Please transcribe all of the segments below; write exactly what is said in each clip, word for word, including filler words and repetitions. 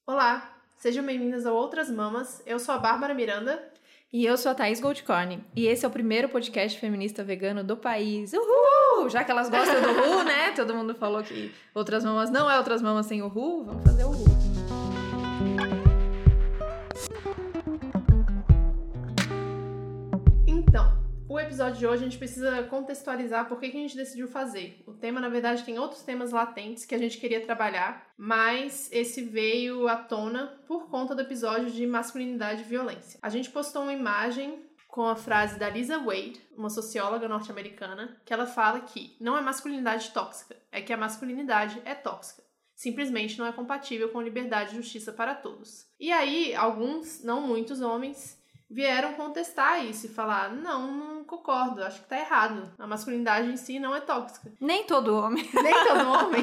Olá, sejam bem-vindas a Outras Mamas. Eu sou a Bárbara Miranda. E eu sou a Thaís Goldcorn. E esse é o primeiro podcast feminista vegano do país. Uhul! Já que elas gostam do uhul, né? Todo mundo falou que Outras Mamas não é Outras Mamas sem uhul. Vamos fazer uhul. Então, o episódio de hoje a gente precisa contextualizar por que que a gente decidiu fazer. O tema, na verdade, tem outros temas latentes que a gente queria trabalhar, mas esse veio à tona por conta do episódio de masculinidade e violência. A gente postou uma imagem com a frase da Lisa Wade, uma socióloga norte-americana, que ela fala que não é masculinidade tóxica, é que a masculinidade é tóxica. Simplesmente não é compatível com liberdade e justiça para todos. E aí, alguns, não muitos homens, vieram contestar isso e falar, não, não concordo, acho que tá errado. A masculinidade em si não é tóxica. Nem todo homem. Nem todo homem.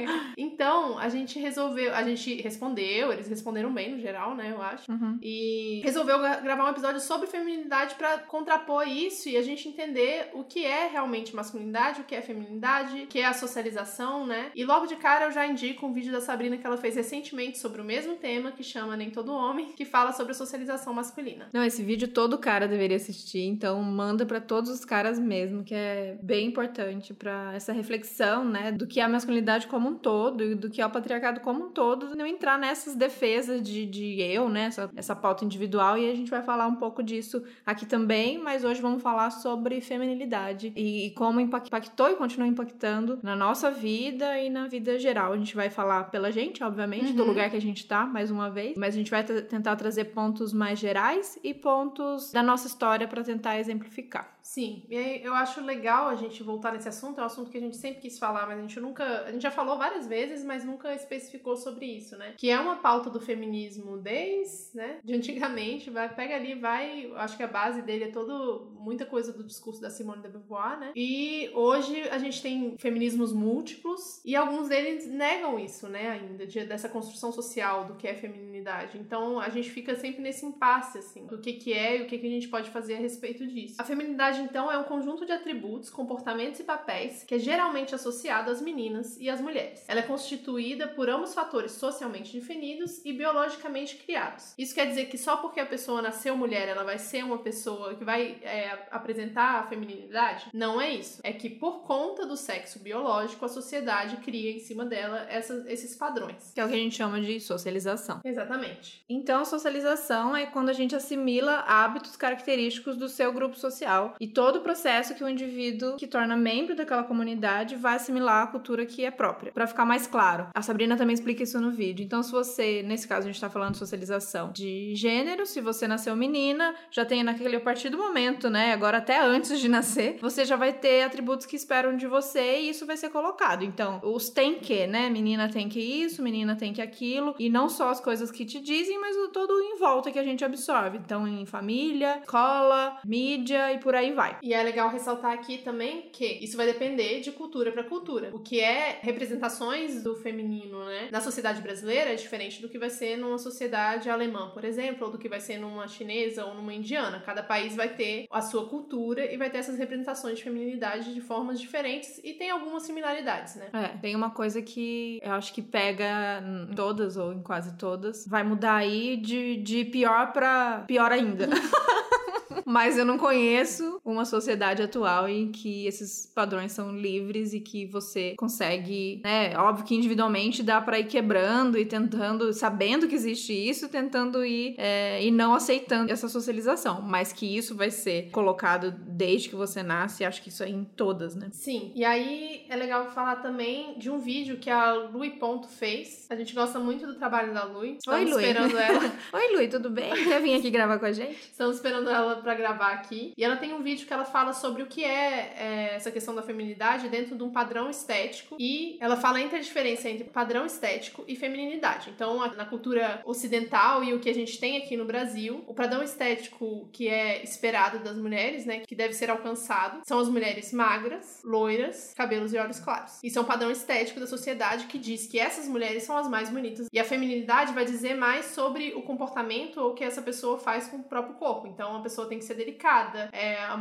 Então, a gente resolveu, a gente respondeu, eles responderam bem no geral, né, eu acho. Uhum. E resolveu gravar um episódio sobre feminilidade pra contrapor isso e a gente entender o que é realmente masculinidade, o que é feminilidade, o que é a socialização, né? E logo de cara eu já indico um vídeo da Sabrina que ela fez recentemente sobre o mesmo tema, que chama Nem Todo Homem, que fala sobre a socialização masculina. Não, esse vídeo todo cara deveria assistir, então manda pra todos os caras mesmo, que é bem importante pra essa reflexão, né, do que é a masculinidade como um todo e do que é o patriarcado como um todo, não entrar nessas defesas de, de eu, né, essa, essa pauta individual, e a gente vai falar um pouco disso aqui também, mas hoje vamos falar sobre feminilidade e, e como impactou e continua impactando na nossa vida e na vida geral. A gente vai falar pela gente, obviamente, uhum. do lugar que a gente tá, mais uma vez, mas a gente vai t- tentar trazer pontos mais gerais e pontos da nossa história para tentar exemplificar. Sim, e aí eu acho legal a gente voltar nesse assunto, é um assunto que a gente sempre quis falar, mas a gente nunca, a gente já falou várias vezes, mas nunca especificou sobre isso, né? Que é uma pauta do feminismo desde, né, de antigamente, vai, pega ali, vai, acho que a base dele é todo, muita coisa do discurso da Simone de Beauvoir, né? E hoje a gente tem feminismos múltiplos e alguns deles negam isso, né, ainda, de, dessa construção social do que é feminilidade. Então a gente fica sempre nesse impasse, assim, do que que é e o que que a gente pode fazer a respeito disso. A feminilidade, então, é um conjunto de atributos, comportamentos e papéis que é geralmente associado às meninas e às mulheres. Ela é constituída por ambos fatores socialmente definidos e biologicamente criados. Isso quer dizer que só porque a pessoa nasceu mulher, ela vai ser uma pessoa que vai é, apresentar a feminilidade? Não é isso. É que por conta do sexo biológico, a sociedade cria em cima dela essas, esses padrões. Que é o que a gente chama de socialização. Exatamente. Então, a socialização é quando a gente assimila hábitos característicos do seu grupo social e todo o processo que o indivíduo que torna membro daquela comunidade vai assimilar a cultura que é própria. Pra ficar mais claro, a Sabrina também explica isso no vídeo. Então, se você, nesse caso a gente tá falando de socialização de gênero, se você nasceu menina, já tem naquele, a partir do momento, né, agora até antes de nascer, você já vai ter atributos que esperam de você e isso vai ser colocado. Então, os tem que, né, menina tem que isso, menina tem que aquilo, e não só as coisas que te dizem, mas o todo em volta que a gente absorve. Então, em família, escola, mídia e por aí vai. E é legal ressaltar aqui também que isso vai depender de cultura para cultura. O que é representações do feminino, né, na sociedade brasileira é diferente do que vai ser numa sociedade alemã, por exemplo, ou do que vai ser numa chinesa ou numa indiana. Cada país vai ter a sua cultura e vai ter essas representações de feminilidade de formas diferentes e tem algumas similaridades, né? É, tem uma coisa que eu acho que pega em todas ou em quase todas. Vai mudar aí de, de pior pra pior ainda. Mas eu não conheço uma sociedade atual em que esses padrões são livres e que você consegue, né, óbvio que individualmente dá pra ir quebrando e tentando, sabendo que existe isso, tentando ir é, e não aceitando essa socialização, mas que isso vai ser colocado desde que você nasce, acho que isso é em todas, né? Sim, e aí é legal falar também de um vídeo que a Lui Ponto fez. A gente gosta muito do trabalho da Lui. Estamos Oi, Lui. esperando ela. Oi, Lui, tudo bem? Quer vir aqui gravar com a gente? Estamos esperando ela pra gravar aqui. E ela tem um vídeo que ela fala sobre o que é, é essa questão da feminilidade dentro de um padrão estético. E ela fala entre a diferença entre padrão estético e feminilidade. Então, na cultura ocidental e o que a gente tem aqui no Brasil, o padrão estético que é esperado das mulheres, né, que deve ser alcançado, são as mulheres magras, loiras, cabelos e olhos claros. Isso é um padrão estético da sociedade que diz que essas mulheres são as mais bonitas. E a feminilidade vai dizer mais sobre o comportamento ou o que essa pessoa faz com o próprio corpo. Então, a pessoa tem que ser delicada, é, a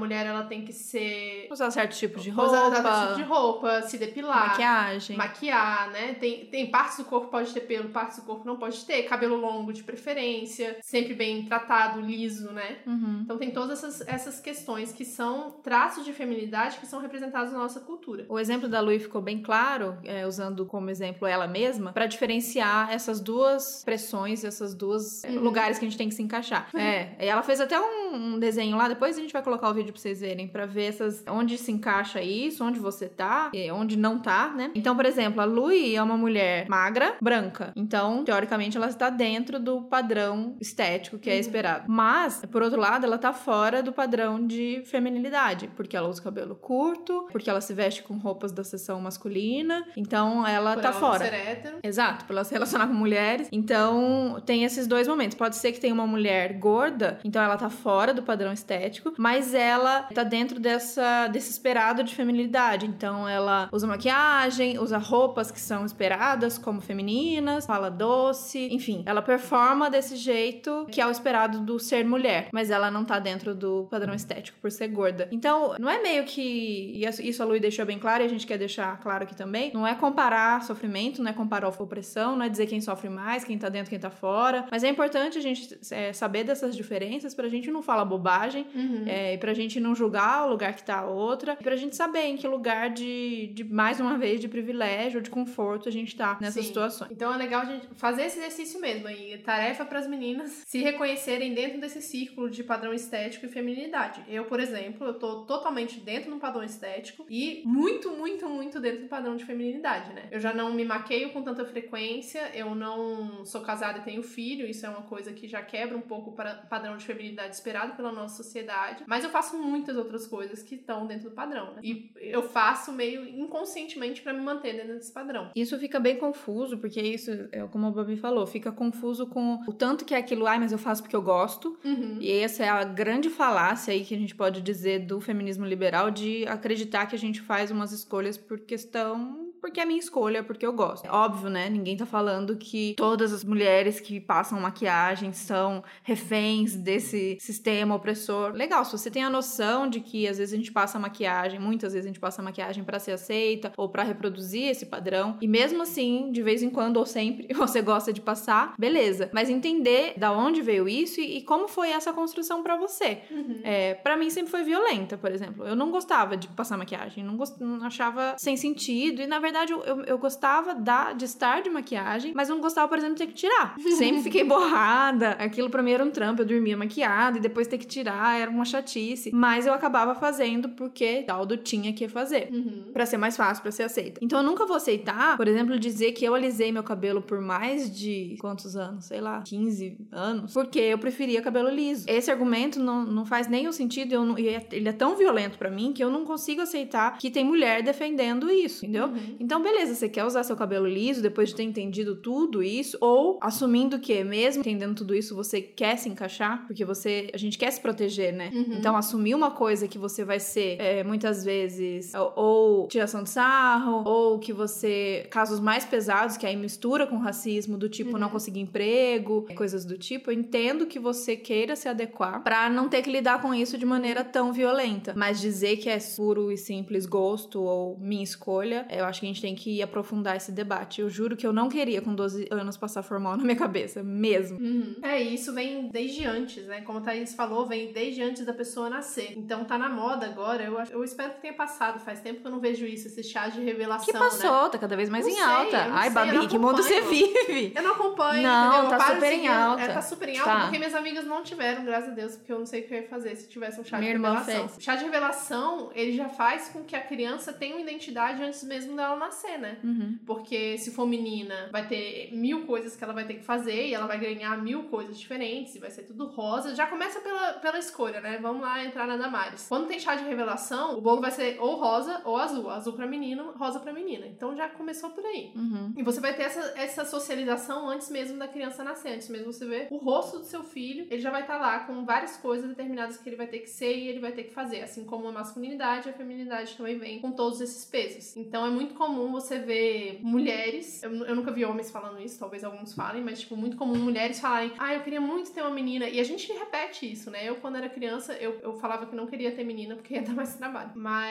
mulher, ela tem que ser... Usar certos tipos de roupa. Usar certos tipos de roupa, se depilar. Maquiagem. Maquiar, né? Tem, tem partes do corpo que pode ter pelo, partes do corpo não pode ter. Cabelo longo de preferência. Sempre bem tratado, liso, né? Uhum. Então tem todas essas, essas questões que são traços de feminilidade que são representados na nossa cultura. O exemplo da Lui ficou bem claro, é, usando como exemplo ela mesma, pra diferenciar essas duas pressões, essas duas uhum. lugares que a gente tem que se encaixar. Uhum. É, e ela fez até um, um desenho lá, depois a gente vai colocar o vídeo pra vocês verem, pra ver essas, onde se encaixa isso, onde você tá, onde não tá, né? Então, por exemplo, a Lui é uma mulher magra, branca. Então, teoricamente, ela está dentro do padrão estético que é esperado. Uhum. Mas, por outro lado, ela tá fora do padrão de feminilidade, porque ela usa cabelo curto, porque ela se veste com roupas da seção masculina, então ela por tá ela fora. Ser hétero. Exato, por ela se relacionar com mulheres. Então, tem esses dois momentos. Pode ser que tenha uma mulher gorda, então ela tá fora do padrão estético, mas ela tá dentro dessa, desse esperado de feminilidade. Então, ela usa maquiagem, usa roupas que são esperadas como femininas, fala doce, enfim, ela performa desse jeito que é o esperado do ser mulher, mas ela não tá dentro do padrão estético por ser gorda. Então, não é meio que, e isso a Lui deixou bem claro e a gente quer deixar claro aqui também, não é comparar sofrimento, não é comparar opressão, não é dizer quem sofre mais, quem tá dentro, quem tá fora, mas é importante a gente é, saber dessas diferenças pra gente não falar bobagem, uhum. é, e pra gente não julgar o lugar que tá a outra, e pra gente saber em que lugar de, de mais uma vez, de privilégio, de conforto a gente tá nessas Sim. situações. Então é legal a gente fazer esse exercício mesmo aí, tarefa pras meninas se reconhecerem dentro desse círculo de padrão estético e feminilidade. Eu, por exemplo, eu tô totalmente dentro do padrão estético e muito, muito, muito dentro do padrão de feminilidade, né? Eu já não me maqueio com tanta frequência, eu não sou casada e tenho filho, isso é uma coisa que já quebra um pouco o padrão de feminilidade esperado pela nossa sociedade, mas eu faço muitas outras coisas que estão dentro do padrão, né? E eu faço meio inconscientemente pra me manter dentro desse padrão. Isso fica bem confuso, porque isso, é como a Babi falou, fica confuso com o tanto que é aquilo, ai, mas eu faço porque eu gosto, uhum. e essa é a grande falácia aí que a gente pode dizer do feminismo liberal, de acreditar que a gente faz umas escolhas por questão... porque é a minha escolha, porque eu gosto. É óbvio, né? Ninguém tá falando que todas as mulheres que passam maquiagem são reféns desse sistema opressor. Legal, se você tem a noção de que às vezes a gente passa maquiagem, muitas vezes a gente passa maquiagem pra ser aceita ou pra reproduzir esse padrão, e mesmo assim, de vez em quando ou sempre, você gosta de passar, beleza. Mas entender da onde veio isso e, e como foi essa construção pra você. Uhum. É, pra mim sempre foi violenta, por exemplo. Eu não gostava de passar maquiagem, não, gost... não achava sem sentido, e na verdade verdade, eu, eu gostava da, de estar de maquiagem, mas eu não gostava, por exemplo, de ter que tirar. Sempre fiquei borrada. Aquilo pra mim era um trampo. Eu dormia maquiada e depois ter que tirar era uma chatice. Mas eu acabava fazendo porque Daldo tinha que fazer. Uhum. Pra ser mais fácil, pra ser aceita. Então eu nunca vou aceitar, por exemplo, dizer que eu alisei meu cabelo por mais de quantos anos? Sei lá, quinze anos. Porque eu preferia cabelo liso. Esse argumento não, não faz nenhum sentido. Eu não, ele é tão violento pra mim que eu não consigo aceitar que tem mulher defendendo isso, entendeu? Uhum. Então, beleza, você quer usar seu cabelo liso depois de ter entendido tudo isso, ou assumindo que, mesmo entendendo tudo isso, você quer se encaixar, porque você, a gente quer se proteger, né? Uhum. Então, assumir uma coisa que você vai ser, é, muitas vezes, ou, ou tiração de sarro, ou que você, casos mais pesados, que aí mistura com racismo, do tipo, uhum. não conseguir emprego, coisas do tipo, eu entendo que você queira se adequar pra não ter que lidar com isso de maneira tão violenta. Mas dizer que é puro e simples gosto ou minha escolha, eu acho que a gente tem que aprofundar esse debate. Eu juro que eu não queria com doze anos passar formal na minha cabeça, mesmo. Uhum. É, isso vem desde antes, né? Como a Thaís falou, vem desde antes da pessoa nascer. Então tá na moda agora. Eu, eu espero que tenha passado. Faz tempo que eu não vejo isso, esse chá de revelação, que passou, né? tá cada vez mais não em sei, alta. Ai, sei, Babi, que mundo você vive? Eu não acompanho, não, entendeu? tá super em alta. É, tá super em alta tá. porque minhas amigas não tiveram, graças a Deus, porque eu não sei o que eu ia fazer se tivesse um chá Minha de irmã revelação. fez. O chá de revelação, ele já faz com que a criança tenha uma identidade antes mesmo dela nascer, né? Uhum. Porque se for menina, vai ter mil coisas que ela vai ter que fazer e ela vai ganhar mil coisas diferentes e vai ser tudo rosa. Já começa pela, pela escolha, né? Vamos lá entrar na Damares. Quando tem chá de revelação, o bolo vai ser ou rosa ou azul. Azul pra menino, rosa pra menina. Então já começou por aí. Uhum. E você vai ter essa, essa socialização antes mesmo da criança nascer. Antes mesmo você ver o rosto do seu filho, ele já vai estar lá com várias coisas determinadas que ele vai ter que ser e ele vai ter que fazer. Assim como a masculinidade, a feminilidade também vem com todos esses pesos. Então é muito comum comum você ver mulheres, eu, eu nunca vi homens falando isso, talvez alguns falem, mas, tipo, muito comum mulheres falarem, ah, eu queria muito ter uma menina, e a gente repete isso, né? Eu, quando era criança, eu, eu falava que não queria ter menina porque ia dar mais trabalho,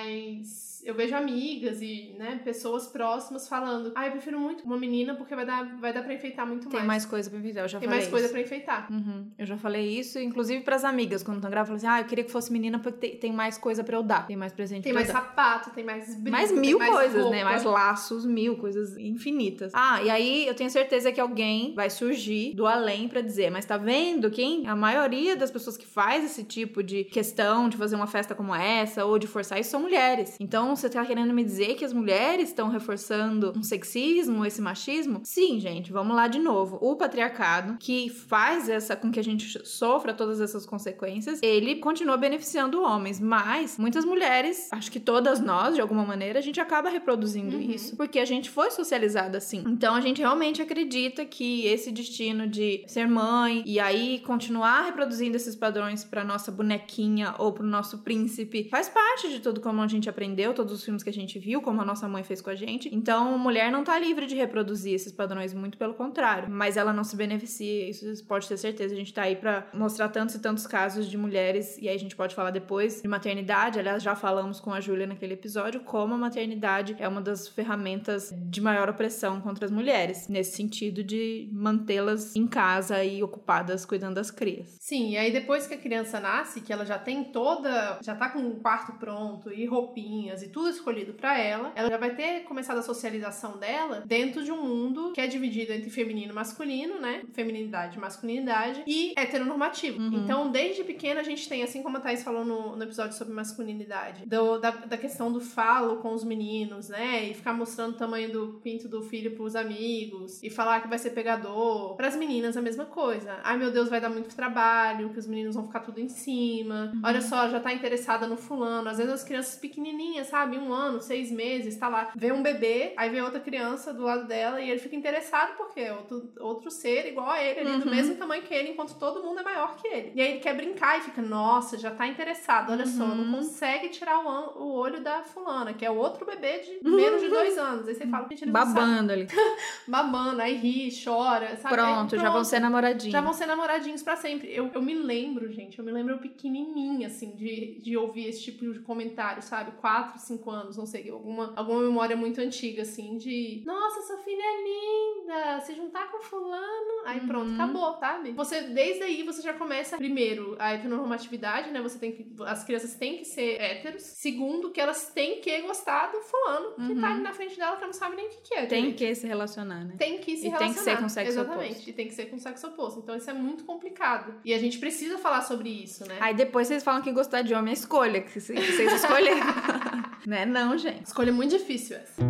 mas eu vejo amigas e, né, pessoas próximas falando, ah, eu prefiro muito uma menina porque vai dar, vai dar pra enfeitar muito mais. Tem mais coisa pra enfeitar, eu já Tem falei mais coisa isso. pra enfeitar. Uhum. Eu já falei isso, inclusive pras amigas, quando estão grávidas, eu falo assim, ah, eu queria que fosse menina porque tem, tem mais coisa pra eu dar, tem mais presente Tem pra mais eu dar. sapato, tem mais brinco, Mais mil tem mais coisas, roupa. né? Mais laços, mil coisas infinitas. Ah, e aí eu tenho certeza que alguém vai surgir do além pra dizer, mas tá vendo quem? A maioria das pessoas que faz esse tipo de questão de fazer uma festa como essa ou de forçar isso são mulheres. Então você tá querendo me dizer que as mulheres estão reforçando um sexismo, esse machismo? Sim, gente, vamos lá de novo. O patriarcado, que faz essa com que a gente sofra todas essas consequências, ele continua beneficiando homens, mas muitas mulheres, acho que todas nós, de alguma maneira, a gente acaba reproduzindo Uhum. isso, porque a gente foi socializada assim. Então a gente realmente acredita que esse destino de ser mãe e aí continuar reproduzindo esses padrões pra nossa bonequinha ou pro nosso príncipe faz parte de tudo como a gente aprendeu, todos os filmes que a gente viu, como a nossa mãe fez com a gente. Então, a mulher não tá livre de reproduzir esses padrões, muito pelo contrário. Mas ela não se beneficia, isso pode ter certeza. A gente tá aí pra mostrar tantos e tantos casos de mulheres, e aí a gente pode falar depois de maternidade. Aliás, já falamos com a Júlia naquele episódio, como a maternidade é uma das ferramentas de maior opressão contra as mulheres, nesse sentido de mantê-las em casa e ocupadas cuidando das crias. Sim, e aí depois que a criança nasce, que ela já tem toda, já tá com o quarto pronto e roupinhas e tudo escolhido pra ela, ela já vai ter começado a socialização dela dentro de um mundo que é dividido entre feminino e masculino, né? Feminilidade e masculinidade e heteronormativo. Uhum. Então, desde pequena a gente tem, assim como a Thaís falou no, no episódio sobre masculinidade, do, da, da questão do falo com os meninos, né? E ficar mostrando o tamanho do pinto do filho pros amigos e falar que vai ser pegador. Pras meninas a mesma coisa. Ai, meu Deus, vai dar muito trabalho, que os meninos vão ficar tudo em cima. Uhum. Olha só, já tá interessada no fulano. Às vezes as crianças pequenininhas, sabe? Um ano, seis meses, tá lá. Vê um bebê, aí vê outra criança do lado dela e ele fica interessado porque é outro, outro ser igual a ele, ali, uhum. do mesmo tamanho que ele, enquanto todo mundo é maior que ele. E aí ele quer brincar e fica, nossa, já tá interessado. Olha uhum. só, não consegue tirar o, an- o olho da fulana, que é outro bebê de menos de dois anos. Aí você fala, gente, eles babando ali. Babando, aí ri, chora, sabe? Pronto, aí, pronto, já vão ser namoradinhos. Já vão ser namoradinhos pra sempre. Eu, eu me lembro, gente, eu me lembro pequenininha, assim, de, de ouvir esse tipo de comentário, sabe? Quatro, cinco anos, não sei, alguma, alguma memória muito antiga, assim, de nossa, sua filha é linda, se juntar com fulano, aí uhum. pronto, acabou, sabe? Você, desde aí, você já começa, primeiro, a heteronormatividade, né? Você tem que, as crianças têm que ser héteros. Segundo, que elas têm que gostar do fulano que uhum. tá ali na frente dela, que não sabe nem o que, que é. Tem que se relacionar, né? Tem que se e relacionar. tem que ser com sexo Exatamente. oposto. E tem que ser com sexo oposto. Então isso é muito complicado. E a gente precisa falar sobre isso, né? Aí depois vocês falam que gostar de homem é escolha, que vocês escolheram. Né? Não, gente. Escolha muito difícil essa.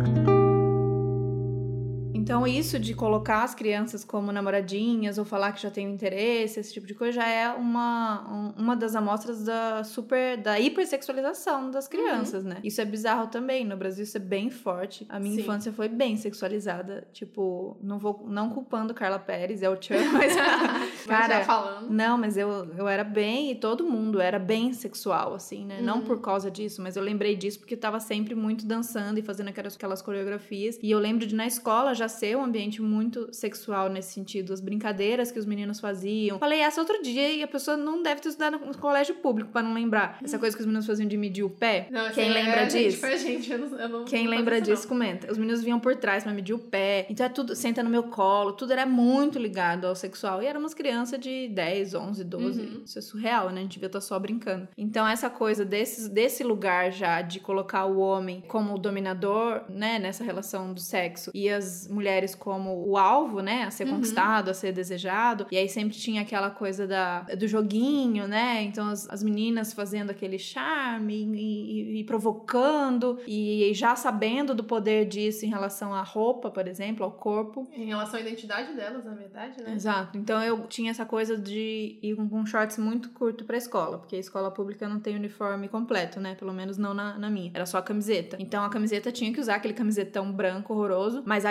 Então isso de colocar as crianças como namoradinhas ou falar que já tem interesse, esse tipo de coisa, já é uma, um, uma das amostras da super, da hipersexualização das crianças, uhum. né? Isso é bizarro também, no Brasil isso é bem forte. A minha Sim. infância foi bem sexualizada, tipo, não vou, não culpando Carla Pérez, é o Tchan, mas... cara, já falando. Não, mas eu, eu era bem, e todo mundo era bem sexual, assim, né? Uhum. Não por causa disso, mas eu lembrei disso porque eu tava sempre muito dançando e fazendo aquelas, aquelas coreografias, e eu lembro de na escola já ser um ambiente muito sexual nesse sentido, as brincadeiras que os meninos faziam. Falei essa outro dia e a pessoa não deve ter estudado no colégio público pra não lembrar. Essa coisa que os meninos faziam de medir o pé. Não, Quem é, lembra é, disso? Gente, foi a gente, eu não, eu não Quem não lembra isso, disso, não. comenta. Os meninos vinham por trás pra medir o pé. Então é tudo, senta no meu colo, tudo era muito ligado ao sexual. E éramos crianças de dez, onze, doze. Uhum. Isso é surreal, né? A gente devia estar só brincando. Então essa coisa desse, desse lugar já de colocar o homem como o dominador, né? Nessa relação do sexo. E as mulheres como o alvo, né, a ser uhum. conquistado, a ser desejado, e aí sempre tinha aquela coisa da, do joguinho, né, então as, as meninas fazendo aquele charme e, e, e provocando, e, e já sabendo do poder disso em relação à roupa, por exemplo, ao corpo. Em relação à identidade delas, na verdade, né? Exato, então eu tinha essa coisa de ir com, com shorts muito curto pra escola, porque a escola pública não tem uniforme completo, né, pelo menos não na, na minha, era só a camiseta, então a camiseta tinha que usar aquele camisetão branco horroroso, mas aí o short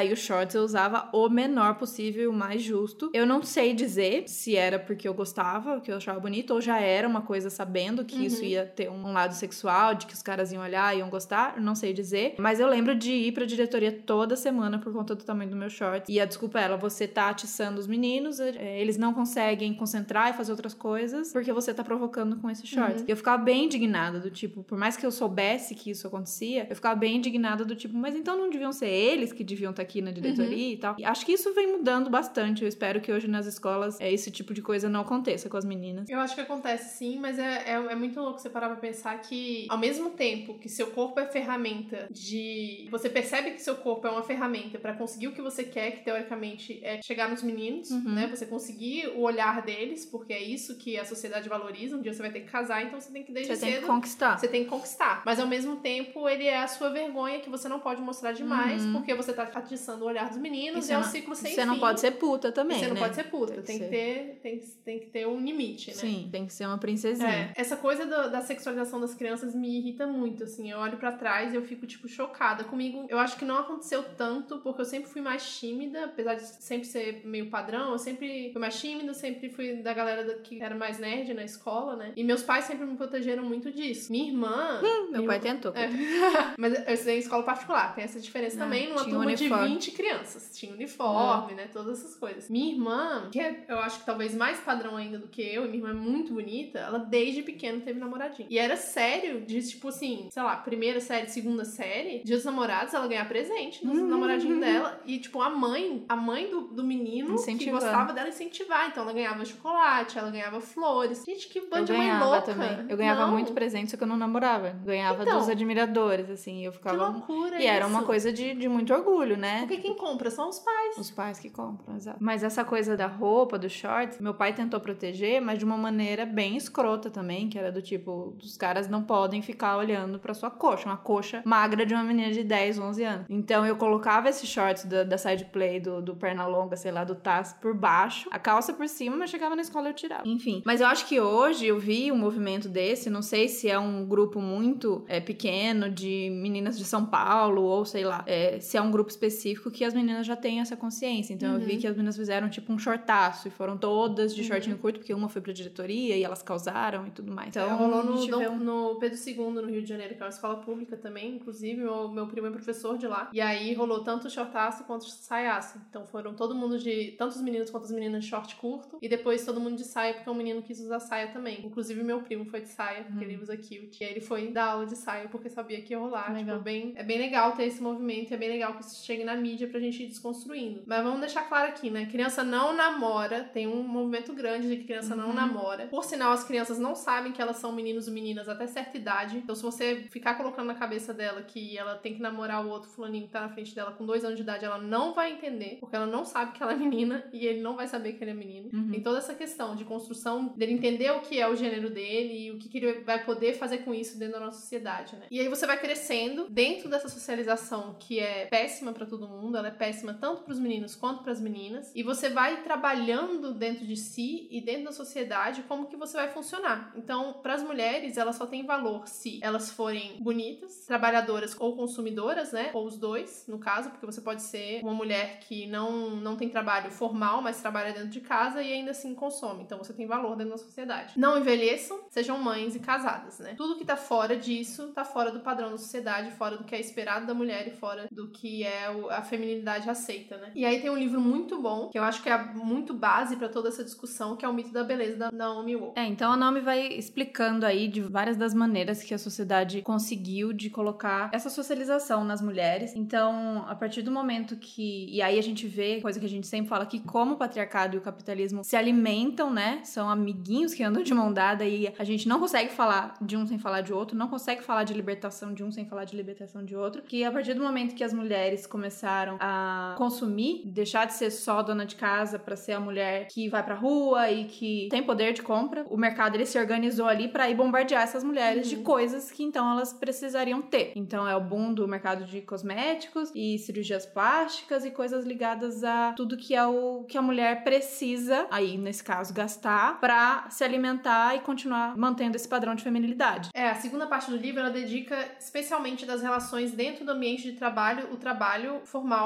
shorts eu usava o menor possível, o mais justo. Eu não sei dizer se era porque eu gostava, que eu achava bonito, ou já era uma coisa sabendo que uhum. isso ia ter um lado sexual, de que os caras iam olhar e iam gostar, não sei dizer. Mas eu lembro de ir pra diretoria toda semana por conta do tamanho do meu shorts. E a desculpa é ela, você tá atiçando os meninos, eles não conseguem concentrar e fazer outras coisas porque você tá provocando com esse shorts. Uhum. E eu ficava bem indignada do tipo, por mais que eu soubesse que isso acontecia, eu ficava bem indignada do tipo, mas então não deviam ser eles que deviam estar aqui na diretoria uhum. e tal. E acho que isso vem mudando bastante. Eu espero que hoje nas escolas é, esse tipo de coisa não aconteça com as meninas. Eu acho que acontece sim, mas é, é, é muito louco você parar pra pensar que ao mesmo tempo que seu corpo é ferramenta de... Você percebe que seu corpo é uma ferramenta pra conseguir o que você quer, que teoricamente é chegar nos meninos, uhum. né? Você conseguir o olhar deles, porque é isso que a sociedade valoriza. Um dia você vai ter que casar, então você tem que desde você cedo... Você tem que conquistar. Você tem que conquistar. Mas ao mesmo tempo, ele é a sua vergonha que você não pode mostrar demais, uhum. porque você tá atiçando o olhar dos meninos e é um ciclo sem fim. Você não pode ser puta também, Você né? não pode ser puta. Tem, tem que, que ter, tem, tem que ter um limite, né? Sim, tem que ser uma princesinha. É, essa coisa do, da sexualização das crianças me irrita muito, assim. Eu olho pra trás e eu fico, tipo, chocada. Comigo, eu acho que não aconteceu tanto, porque eu sempre fui mais tímida, apesar de sempre ser meio padrão, eu sempre fui mais tímida, sempre fui da galera que era mais nerd na escola, né? E meus pais sempre me protegeram muito disso. Minha irmã... Hum, meu minha pai irmã, tentou. É. Mas eu estudei em escola particular, tem essa diferença ah, também, numa turma de vinte crianças. Tinha uniforme, ah. né? Todas essas coisas. Minha irmã, que é, eu acho que talvez mais padrão ainda do que eu, e minha irmã é muito bonita, ela desde pequena teve namoradinho. E era sério, de tipo assim, sei lá, primeira série, segunda série, dia dos namorados, ela ganhar presente nos uhum. namoradinhos dela. E tipo, a mãe, a mãe do, do menino que gostava dela incentivar. Então ela ganhava chocolate, ela ganhava flores. Gente, que bando de mãe louca. Também. Eu ganhava não. muito presente, só que eu não namorava. Ganhava então, dos admiradores, assim, eu ficava... Que loucura E era isso. uma coisa de, de muito orgulho, né? Porque quem compra são os pais. Os pais que compram, exato. Mas essa coisa da roupa, dos shorts, meu pai tentou proteger, mas de uma maneira bem escrota também, que era do tipo, os caras não podem ficar olhando pra sua coxa, uma coxa magra de uma menina de dez, onze anos. Então eu colocava esses shorts da, da side play, do, do perna longa, sei lá, do Taz por baixo, a calça por cima, mas chegava na escola e eu tirava. Enfim. Mas eu acho que hoje eu vi um movimento desse, não sei se é um grupo muito é, pequeno de meninas de São Paulo, ou sei lá, é, se é um grupo específico que as meninas já têm essa consciência. Então uhum. eu vi que as meninas fizeram tipo um shortaço e foram todas de uhum. shortinho curto, porque uma foi pra diretoria e elas causaram e tudo mais. Então, é, rolou no, no, um... no Pedro segundo, no Rio de Janeiro, que é uma escola pública também, inclusive, meu, meu primo é professor de lá. E aí rolou tanto shortaço quanto saiaço. Então foram todo mundo de, tanto os meninos quanto as meninas de short curto, e depois todo mundo de saia, porque o menino quis usar saia também. Inclusive meu primo foi de saia, porque uhum. ele usa cute. E aí ele foi dar aula de saia, porque sabia que ia rolar. Tipo, bem, é bem legal ter esse movimento, e é bem legal que isso chegue na mídia pra gente ir desconstruindo. Mas vamos deixar claro aqui, né? Criança não namora, tem um movimento grande de que criança uhum. não namora. Por sinal, as crianças não sabem que elas são meninos ou meninas até certa idade. Então, se você ficar colocando na cabeça dela que ela tem que namorar o outro fulaninho que tá na frente dela com dois anos de idade, ela não vai entender, porque ela não sabe que ela é menina e ele não vai saber que ele é menino. Uhum. Tem toda essa questão de construção dele entender o que é o gênero dele e o que, que ele vai poder fazer com isso dentro da nossa sociedade, né? E aí você vai crescendo dentro dessa socialização que é péssima pra todo mundo, ela é péssima tanto pros meninos quanto pras meninas, e você vai trabalhando dentro de si e dentro da sociedade como que você vai funcionar. Então, pras mulheres, elas só têm valor se elas forem bonitas, trabalhadoras ou consumidoras, né? Ou os dois, no caso, porque você pode ser uma mulher que não, não tem trabalho formal, mas trabalha dentro de casa e ainda assim consome. Então, você tem valor dentro da sociedade. Não envelheçam, sejam mães e casadas, né? Tudo que tá fora disso, tá fora do padrão da sociedade, fora do que é esperado da mulher e fora do que é a feminilidade aceita, né? E aí tem um livro muito bom, que eu acho que é muito base pra toda essa discussão, que é o Mito da Beleza, da Naomi Wolf. É, então a Naomi vai explicando aí de várias das maneiras que a sociedade conseguiu de colocar essa socialização nas mulheres. Então, a partir do momento que... E aí a gente vê, coisa que a gente sempre fala, que como o patriarcado e o capitalismo se alimentam, né? São amiguinhos que andam de mão dada e a gente não consegue falar de um sem falar de outro, não consegue falar de libertação de um sem falar de libertação de outro. Que a partir do momento que as mulheres começaram a consumir, deixar de ser só dona de casa pra ser a mulher que vai pra rua e que tem poder de compra, o mercado ele se organizou ali pra ir bombardear essas mulheres uhum. de coisas que então elas precisariam ter. Então é o boom do mercado de cosméticos e cirurgias plásticas e coisas ligadas a tudo que é o que a mulher precisa, aí nesse caso gastar, pra se alimentar e continuar mantendo esse padrão de feminilidade. É, a segunda parte do livro ela dedica especialmente das relações dentro do ambiente de trabalho, o trabalho formal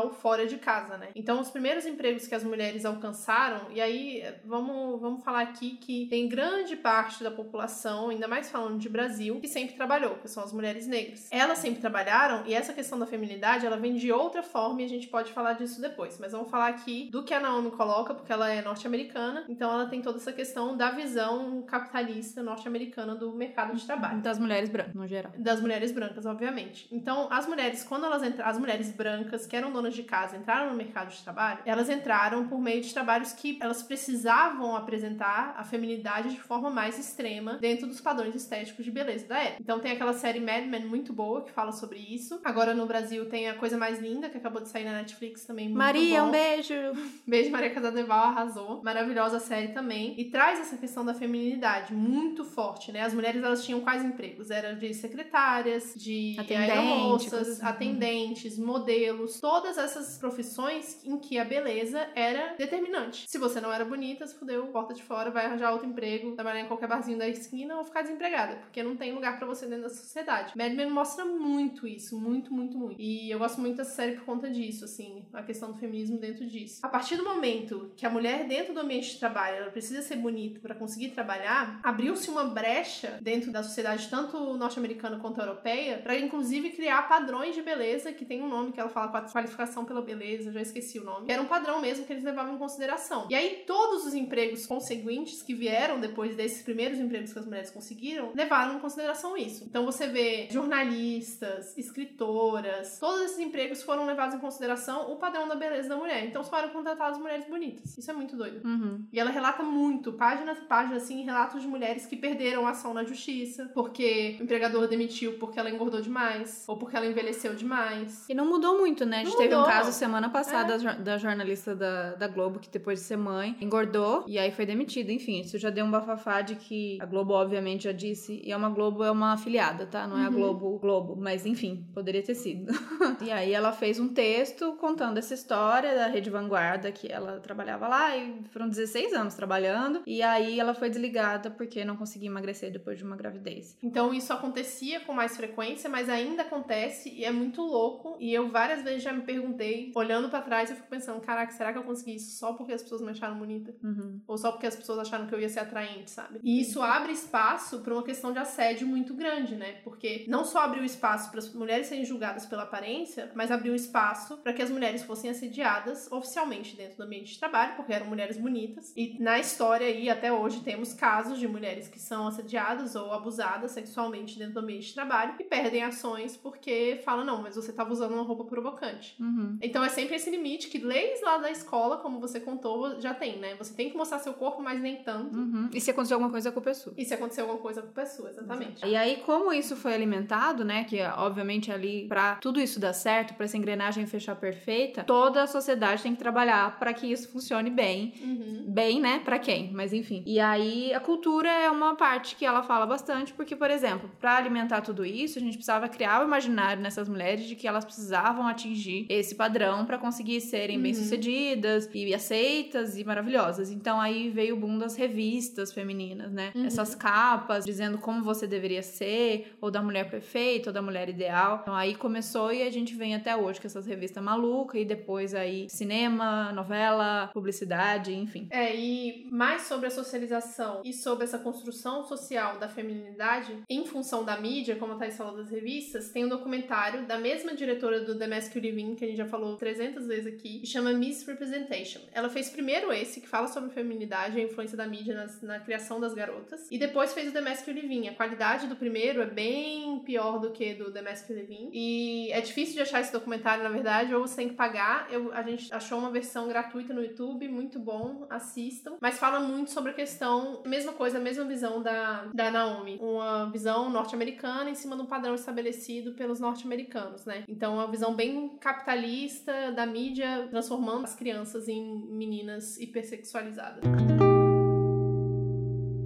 social fora de casa, né? Então, os primeiros empregos que as mulheres alcançaram, e aí vamos, vamos falar aqui que tem grande parte da população, ainda mais falando de Brasil, que sempre trabalhou, que são as mulheres negras. Elas sempre trabalharam, e essa questão da feminilidade, ela vem de outra forma, e a gente pode falar disso depois, mas vamos falar aqui do que a Naomi coloca, porque ela é norte-americana, então ela tem toda essa questão da visão capitalista norte-americana do mercado de trabalho. Das mulheres brancas, no geral. Das mulheres brancas, obviamente. Então, as mulheres, quando elas entraram, as mulheres brancas, que eram donas de casa, entraram no mercado de trabalho, elas entraram por meio de trabalhos que elas precisavam apresentar a feminilidade de forma mais extrema dentro dos padrões estéticos de beleza da época. Então, tem aquela série Mad Men muito boa que fala sobre isso. Agora, no Brasil, tem A Coisa Mais Linda, que acabou de sair na Netflix também, muito Maria, bom. um beijo! Beijo, Maria Casadeval, arrasou. Maravilhosa série também. E traz essa questão da feminilidade muito forte, né? As mulheres, elas tinham quais empregos? Era de secretárias, de aeromoças, atendentes, modelos, todas essas profissões em que a beleza era determinante. Se você não era bonita, se fudeu, porta de fora, vai arranjar outro emprego, trabalhar em qualquer barzinho da esquina ou ficar desempregada, porque não tem lugar pra você dentro da sociedade. Mad Men mostra muito isso, muito, muito, muito. E eu gosto muito dessa série por conta disso, assim, a questão do feminismo dentro disso. A partir do momento que a mulher dentro do ambiente de trabalho, ela precisa ser bonita pra conseguir trabalhar, abriu-se uma brecha dentro da sociedade, tanto norte-americana quanto europeia, pra inclusive criar padrões de beleza, que tem um nome que ela fala, qualificação pela beleza, já esqueci o nome, que era um padrão mesmo que eles levavam em consideração. E aí todos os empregos conseguintes que vieram depois desses primeiros empregos que as mulheres conseguiram, levaram em consideração isso. Então você vê jornalistas, escritoras, todos esses empregos foram levados em consideração o padrão da beleza da mulher. Então só eram contratadas mulheres bonitas. Isso é muito doido. Uhum. E ela relata muito, páginas e páginas, assim, relatos de mulheres que perderam a ação na justiça, porque o empregador demitiu porque ela engordou demais, ou porque ela envelheceu demais. E não mudou muito, né? A gente Não teve mudou. um caso semana passada É. da, da jornalista da, da Globo, que depois de ser mãe, engordou e aí foi demitida. Enfim, isso já deu um bafafá de que a Globo, obviamente, já disse, e é uma Globo, é uma afiliada, tá? Não é a Globo Globo, mas enfim, poderia ter sido. E aí ela fez um texto contando essa história da Rede Vanguarda, que ela trabalhava lá, e foram dezesseis anos trabalhando, e aí ela foi desligada porque não conseguia emagrecer depois de uma gravidez. Então isso acontecia com mais frequência, mas ainda acontece e é muito louco. E eu várias vezes já me perguntei, olhando pra trás, eu fico pensando, caraca, será que eu consegui isso só porque as pessoas me acharam bonita? Uhum. Ou só porque as pessoas acharam que eu ia ser atraente, sabe? E isso abre espaço pra uma questão de assédio muito grande, né? Porque não só abriu espaço para as mulheres serem julgadas pela aparência, mas abriu espaço para que as mulheres fossem assediadas oficialmente dentro do ambiente de trabalho, porque eram mulheres bonitas. E na história aí, até hoje, temos casos de mulheres que são assediadas ou abusadas sexualmente dentro do ambiente de trabalho e perdem ações porque falam, não, mas você estava usando uma roupa provocante. Uhum. Então é sempre esse limite que leis lá da escola, como você contou, já tem, né? Você tem que mostrar seu corpo, mas nem tanto. Uhum. E se acontecer alguma coisa, a culpa é sua. E se acontecer alguma coisa, a culpa é sua, exatamente. E aí, como isso foi alimentado, né, que obviamente ali, pra tudo isso dar certo, pra essa engrenagem fechar perfeita, toda a sociedade tem que trabalhar pra que isso funcione bem. Uhum. Bem, né, pra quem, mas enfim. E aí, a cultura é uma parte que ela fala bastante, porque, por exemplo, pra alimentar tudo isso, a gente precisava criar o imaginário nessas mulheres de que elas precisavam atingir esse padrão pra conseguir serem Uhum. bem-sucedidas e aceitas e maravilhosas. Então, aí veio o boom das revistas femininas, né? Uhum. Essas capas dizendo como você deveria ser, ou da mulher perfeita, ou da mulher ideal. Então, aí começou e a gente vem até hoje com essas revistas malucas, e depois aí cinema, novela, publicidade, enfim. É, e mais sobre a socialização e sobre essa construção social da feminilidade em função da mídia, como a Thaís falou das revistas, tem um documentário da mesma diretora do The Masculine Living, que a gente já falou trezentas vezes aqui, que chama Misrepresentation. Ela fez primeiro esse, que fala sobre feminilidade e a influência da mídia nas, na criação das garotas, e depois fez o The Masculine Living. A qualidade do primeiro é bem pior do que do The Masculine Living, e é difícil de achar esse documentário, na verdade, ou você tem que pagar. Eu, a gente achou uma versão gratuita no YouTube, muito bom, assistam, mas fala muito sobre a questão, mesma coisa, a mesma visão da, da Naomi, uma visão norte-americana em cima de um padrão estabelecido pelos norte-americanos, né? Então, uma visão bem capitalista da mídia, transformando as crianças em meninas hipersexualizadas.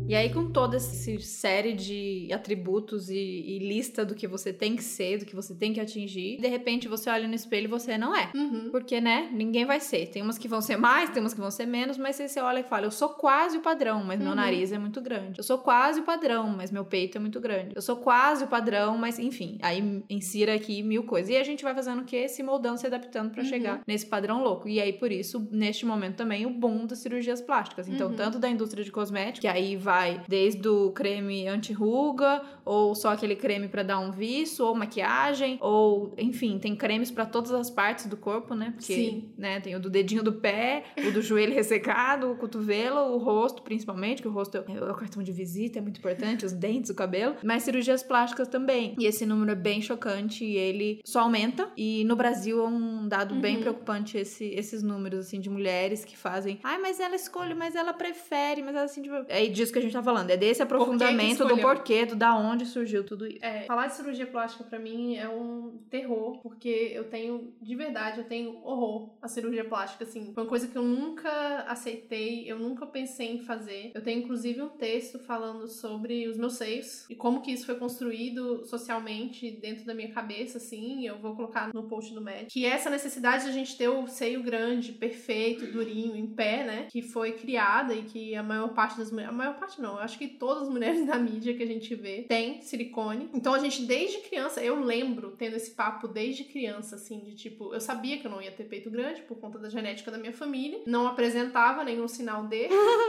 E aí, com toda essa série de atributos e, e lista do que você tem que ser, do que você tem que atingir, de repente você olha no espelho e você não é. Uhum. Porque, né, ninguém vai ser. Tem umas que vão ser mais, tem umas que vão ser menos, mas aí você olha e fala, eu sou quase o padrão, mas meu uhum. nariz é muito grande. Eu sou quase o padrão, mas meu peito é muito grande. Eu sou quase o padrão, mas enfim, aí insira aqui mil coisas. E a gente vai fazendo o quê? Se moldando, se adaptando pra uhum. chegar nesse padrão louco. E aí, por isso, neste momento também, o boom das cirurgias plásticas. Então, uhum. tanto da indústria de cosméticos, que aí vai desde o creme anti-ruga, ou só aquele creme pra dar um viço, ou maquiagem, ou, enfim, tem cremes pra todas as partes do corpo, né? Porque, Sim. né, tem o do dedinho do pé, o do joelho ressecado, o cotovelo, o rosto, principalmente, que o rosto é o cartão de visita, é muito importante, os dentes, o cabelo, mas cirurgias plásticas também. E esse número é bem chocante e ele só aumenta. E no Brasil é um dado uhum. bem preocupante esse, esses números, assim, de mulheres que fazem, ai, mas ela escolhe, mas ela prefere, mas ela, assim, tipo... É disso que a gente tá falando, é desse aprofundamento do porquê, do da onde surgiu tudo isso. É, falar de cirurgia plástica pra mim é um terror, porque eu tenho, de verdade, eu tenho horror à cirurgia plástica, assim. Foi uma coisa que eu nunca aceitei, eu nunca pensei em fazer. Eu tenho, inclusive, um texto falando sobre os meus seios e como que isso foi construído socialmente dentro da minha cabeça, assim. Eu vou colocar no post do médico. Que é essa necessidade de a gente ter o seio grande, perfeito, durinho, em pé, né? Que foi criada e que a maior parte das mulheres... A maior parte não, eu acho que todas as mulheres da mídia que a gente vê tem silicone. Então, a gente, desde criança, eu lembro tendo esse papo desde criança, assim, de tipo... Eu sabia que eu não ia ter peito grande por conta da genética da minha família. Não apresentava nenhum sinal de...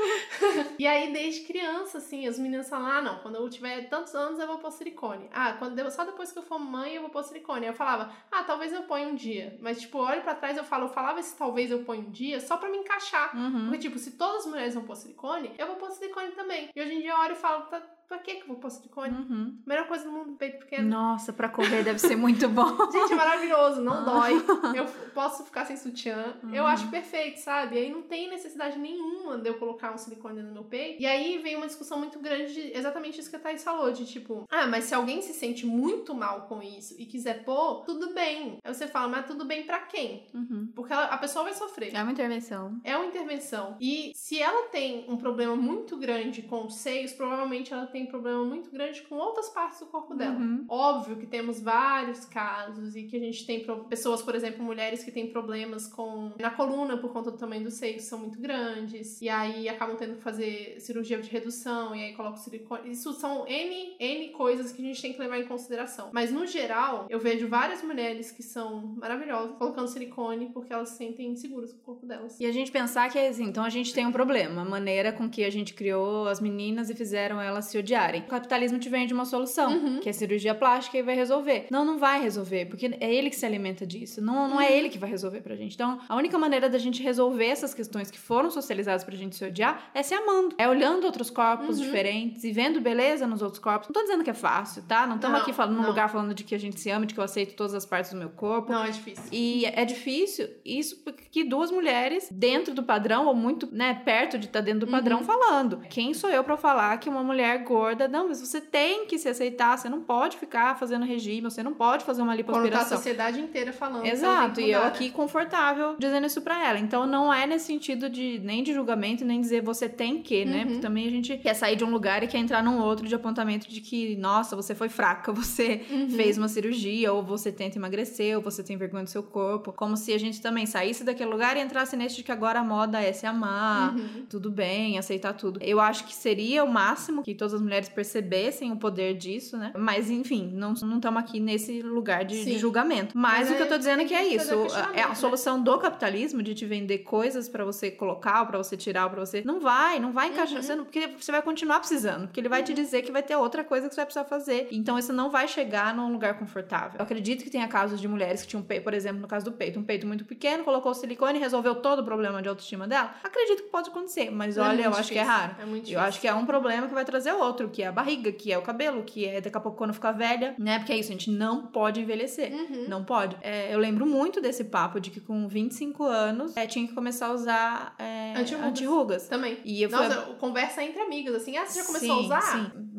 E aí, desde criança, assim, as meninas falam, ah, não, quando eu tiver tantos anos eu vou pôr silicone. Ah, quando eu, só depois que eu for mãe eu vou pôr silicone. Aí eu falava, ah, talvez eu ponha um dia. Mas, tipo, olho pra trás, eu falo, eu falava esse talvez eu ponha um dia só pra me encaixar. Uhum. Porque, tipo, se todas as mulheres vão pôr silicone, eu vou pôr silicone também. E hoje em dia eu olho e falo, tá... Pra que que eu vou pôr silicone? Uhum. Melhor coisa do mundo, peito pequeno. Nossa, pra correr deve ser muito bom. Gente, é maravilhoso, não dói. Eu posso ficar sem sutiã. Uhum. Eu acho perfeito, sabe? E aí não tem necessidade nenhuma de eu colocar um silicone no meu peito. E aí vem uma discussão muito grande de exatamente isso que a Thaís falou, de tipo, ah, mas se alguém se sente muito mal com isso e quiser pôr, tudo bem. Aí você fala, mas tudo bem pra quem? Uhum. Porque ela, a pessoa vai sofrer. É uma intervenção. É uma intervenção. E se ela tem um problema muito grande com os seios, provavelmente ela tem problema muito grande com outras partes do corpo dela. Uhum. Óbvio que temos vários casos e que a gente tem pro... pessoas, por exemplo, mulheres que têm problemas com na coluna por conta do tamanho dos seios, são muito grandes, e aí acabam tendo que fazer cirurgia de redução, e aí colocam silicone. Isso são N, N coisas que a gente tem que levar em consideração. Mas, no geral, eu vejo várias mulheres que são maravilhosas colocando silicone porque elas se sentem inseguras com o corpo delas. E a gente pensar que é assim, então a gente tem um problema, a maneira com que a gente criou as meninas e fizeram elas se odiarem. O capitalismo te vende uma solução, uhum. que é cirurgia plástica e vai resolver. Não, não vai resolver, porque é ele que se alimenta disso. Não, não uhum. é ele que vai resolver pra gente. Então, a única maneira da gente resolver essas questões que foram socializadas pra gente se odiar é se amando. É olhando outros corpos uhum. diferentes e vendo beleza nos outros corpos. Não tô dizendo que é fácil, tá? Não estamos aqui falando num lugar falando de que a gente se ama, de que eu aceito todas as partes do meu corpo. Não, é difícil. E é difícil isso porque duas mulheres dentro do padrão, ou muito, né, perto de estar dentro do padrão uhum. falando. Quem sou eu pra falar que uma mulher gorda... Não, mas você tem que se aceitar, você não pode ficar fazendo regime, você não pode fazer uma lipoaspiração. Colocar a sociedade inteira falando. Exato, e eu aqui confortável dizendo isso pra ela. Então não é nesse sentido de nem de julgamento, nem dizer você tem que, né? Uhum. Porque também a gente quer sair de um lugar e quer entrar num outro de apontamento de que, nossa, você foi fraca, você uhum. fez uma cirurgia, ou você tenta emagrecer, ou você tem vergonha do seu corpo. Como se a gente também saísse daquele lugar e entrasse nesse de que agora a moda é se amar, uhum. tudo bem, aceitar tudo. Eu acho que seria o máximo que todas as mulheres percebessem o poder disso, né? Mas, enfim, não estamos aqui nesse lugar de, de julgamento. Mas, Mas o que é, eu tô dizendo é que é isso. É a solução né? do capitalismo de te vender coisas pra você colocar, ou pra você tirar, ou pra você... Não vai, não vai encaixar. Uhum. Você não, porque você vai continuar precisando. Porque ele vai uhum. te dizer que vai ter outra coisa que você vai precisar fazer. Então, isso não vai chegar num lugar confortável. Eu acredito que tenha casos de mulheres que tinham, por exemplo, no caso do peito, um peito muito pequeno, colocou silicone e resolveu todo o problema de autoestima dela. Acredito que pode acontecer. Mas, é olha, eu acho difícil. que é raro. É muito eu acho que é um problema que vai trazer outro, que é a barriga, que é o cabelo, que é daqui a pouco quando ficar velha, né? Porque é isso, a gente não pode envelhecer. Uhum. Não pode. É, eu lembro muito desse papo de que com vinte e cinco anos é, tinha que começar a usar é, antirrugas. antirrugas. Também. E eu Nossa, fui... conversa entre amigas, assim, ah, você já começou sim, a usar? Sim,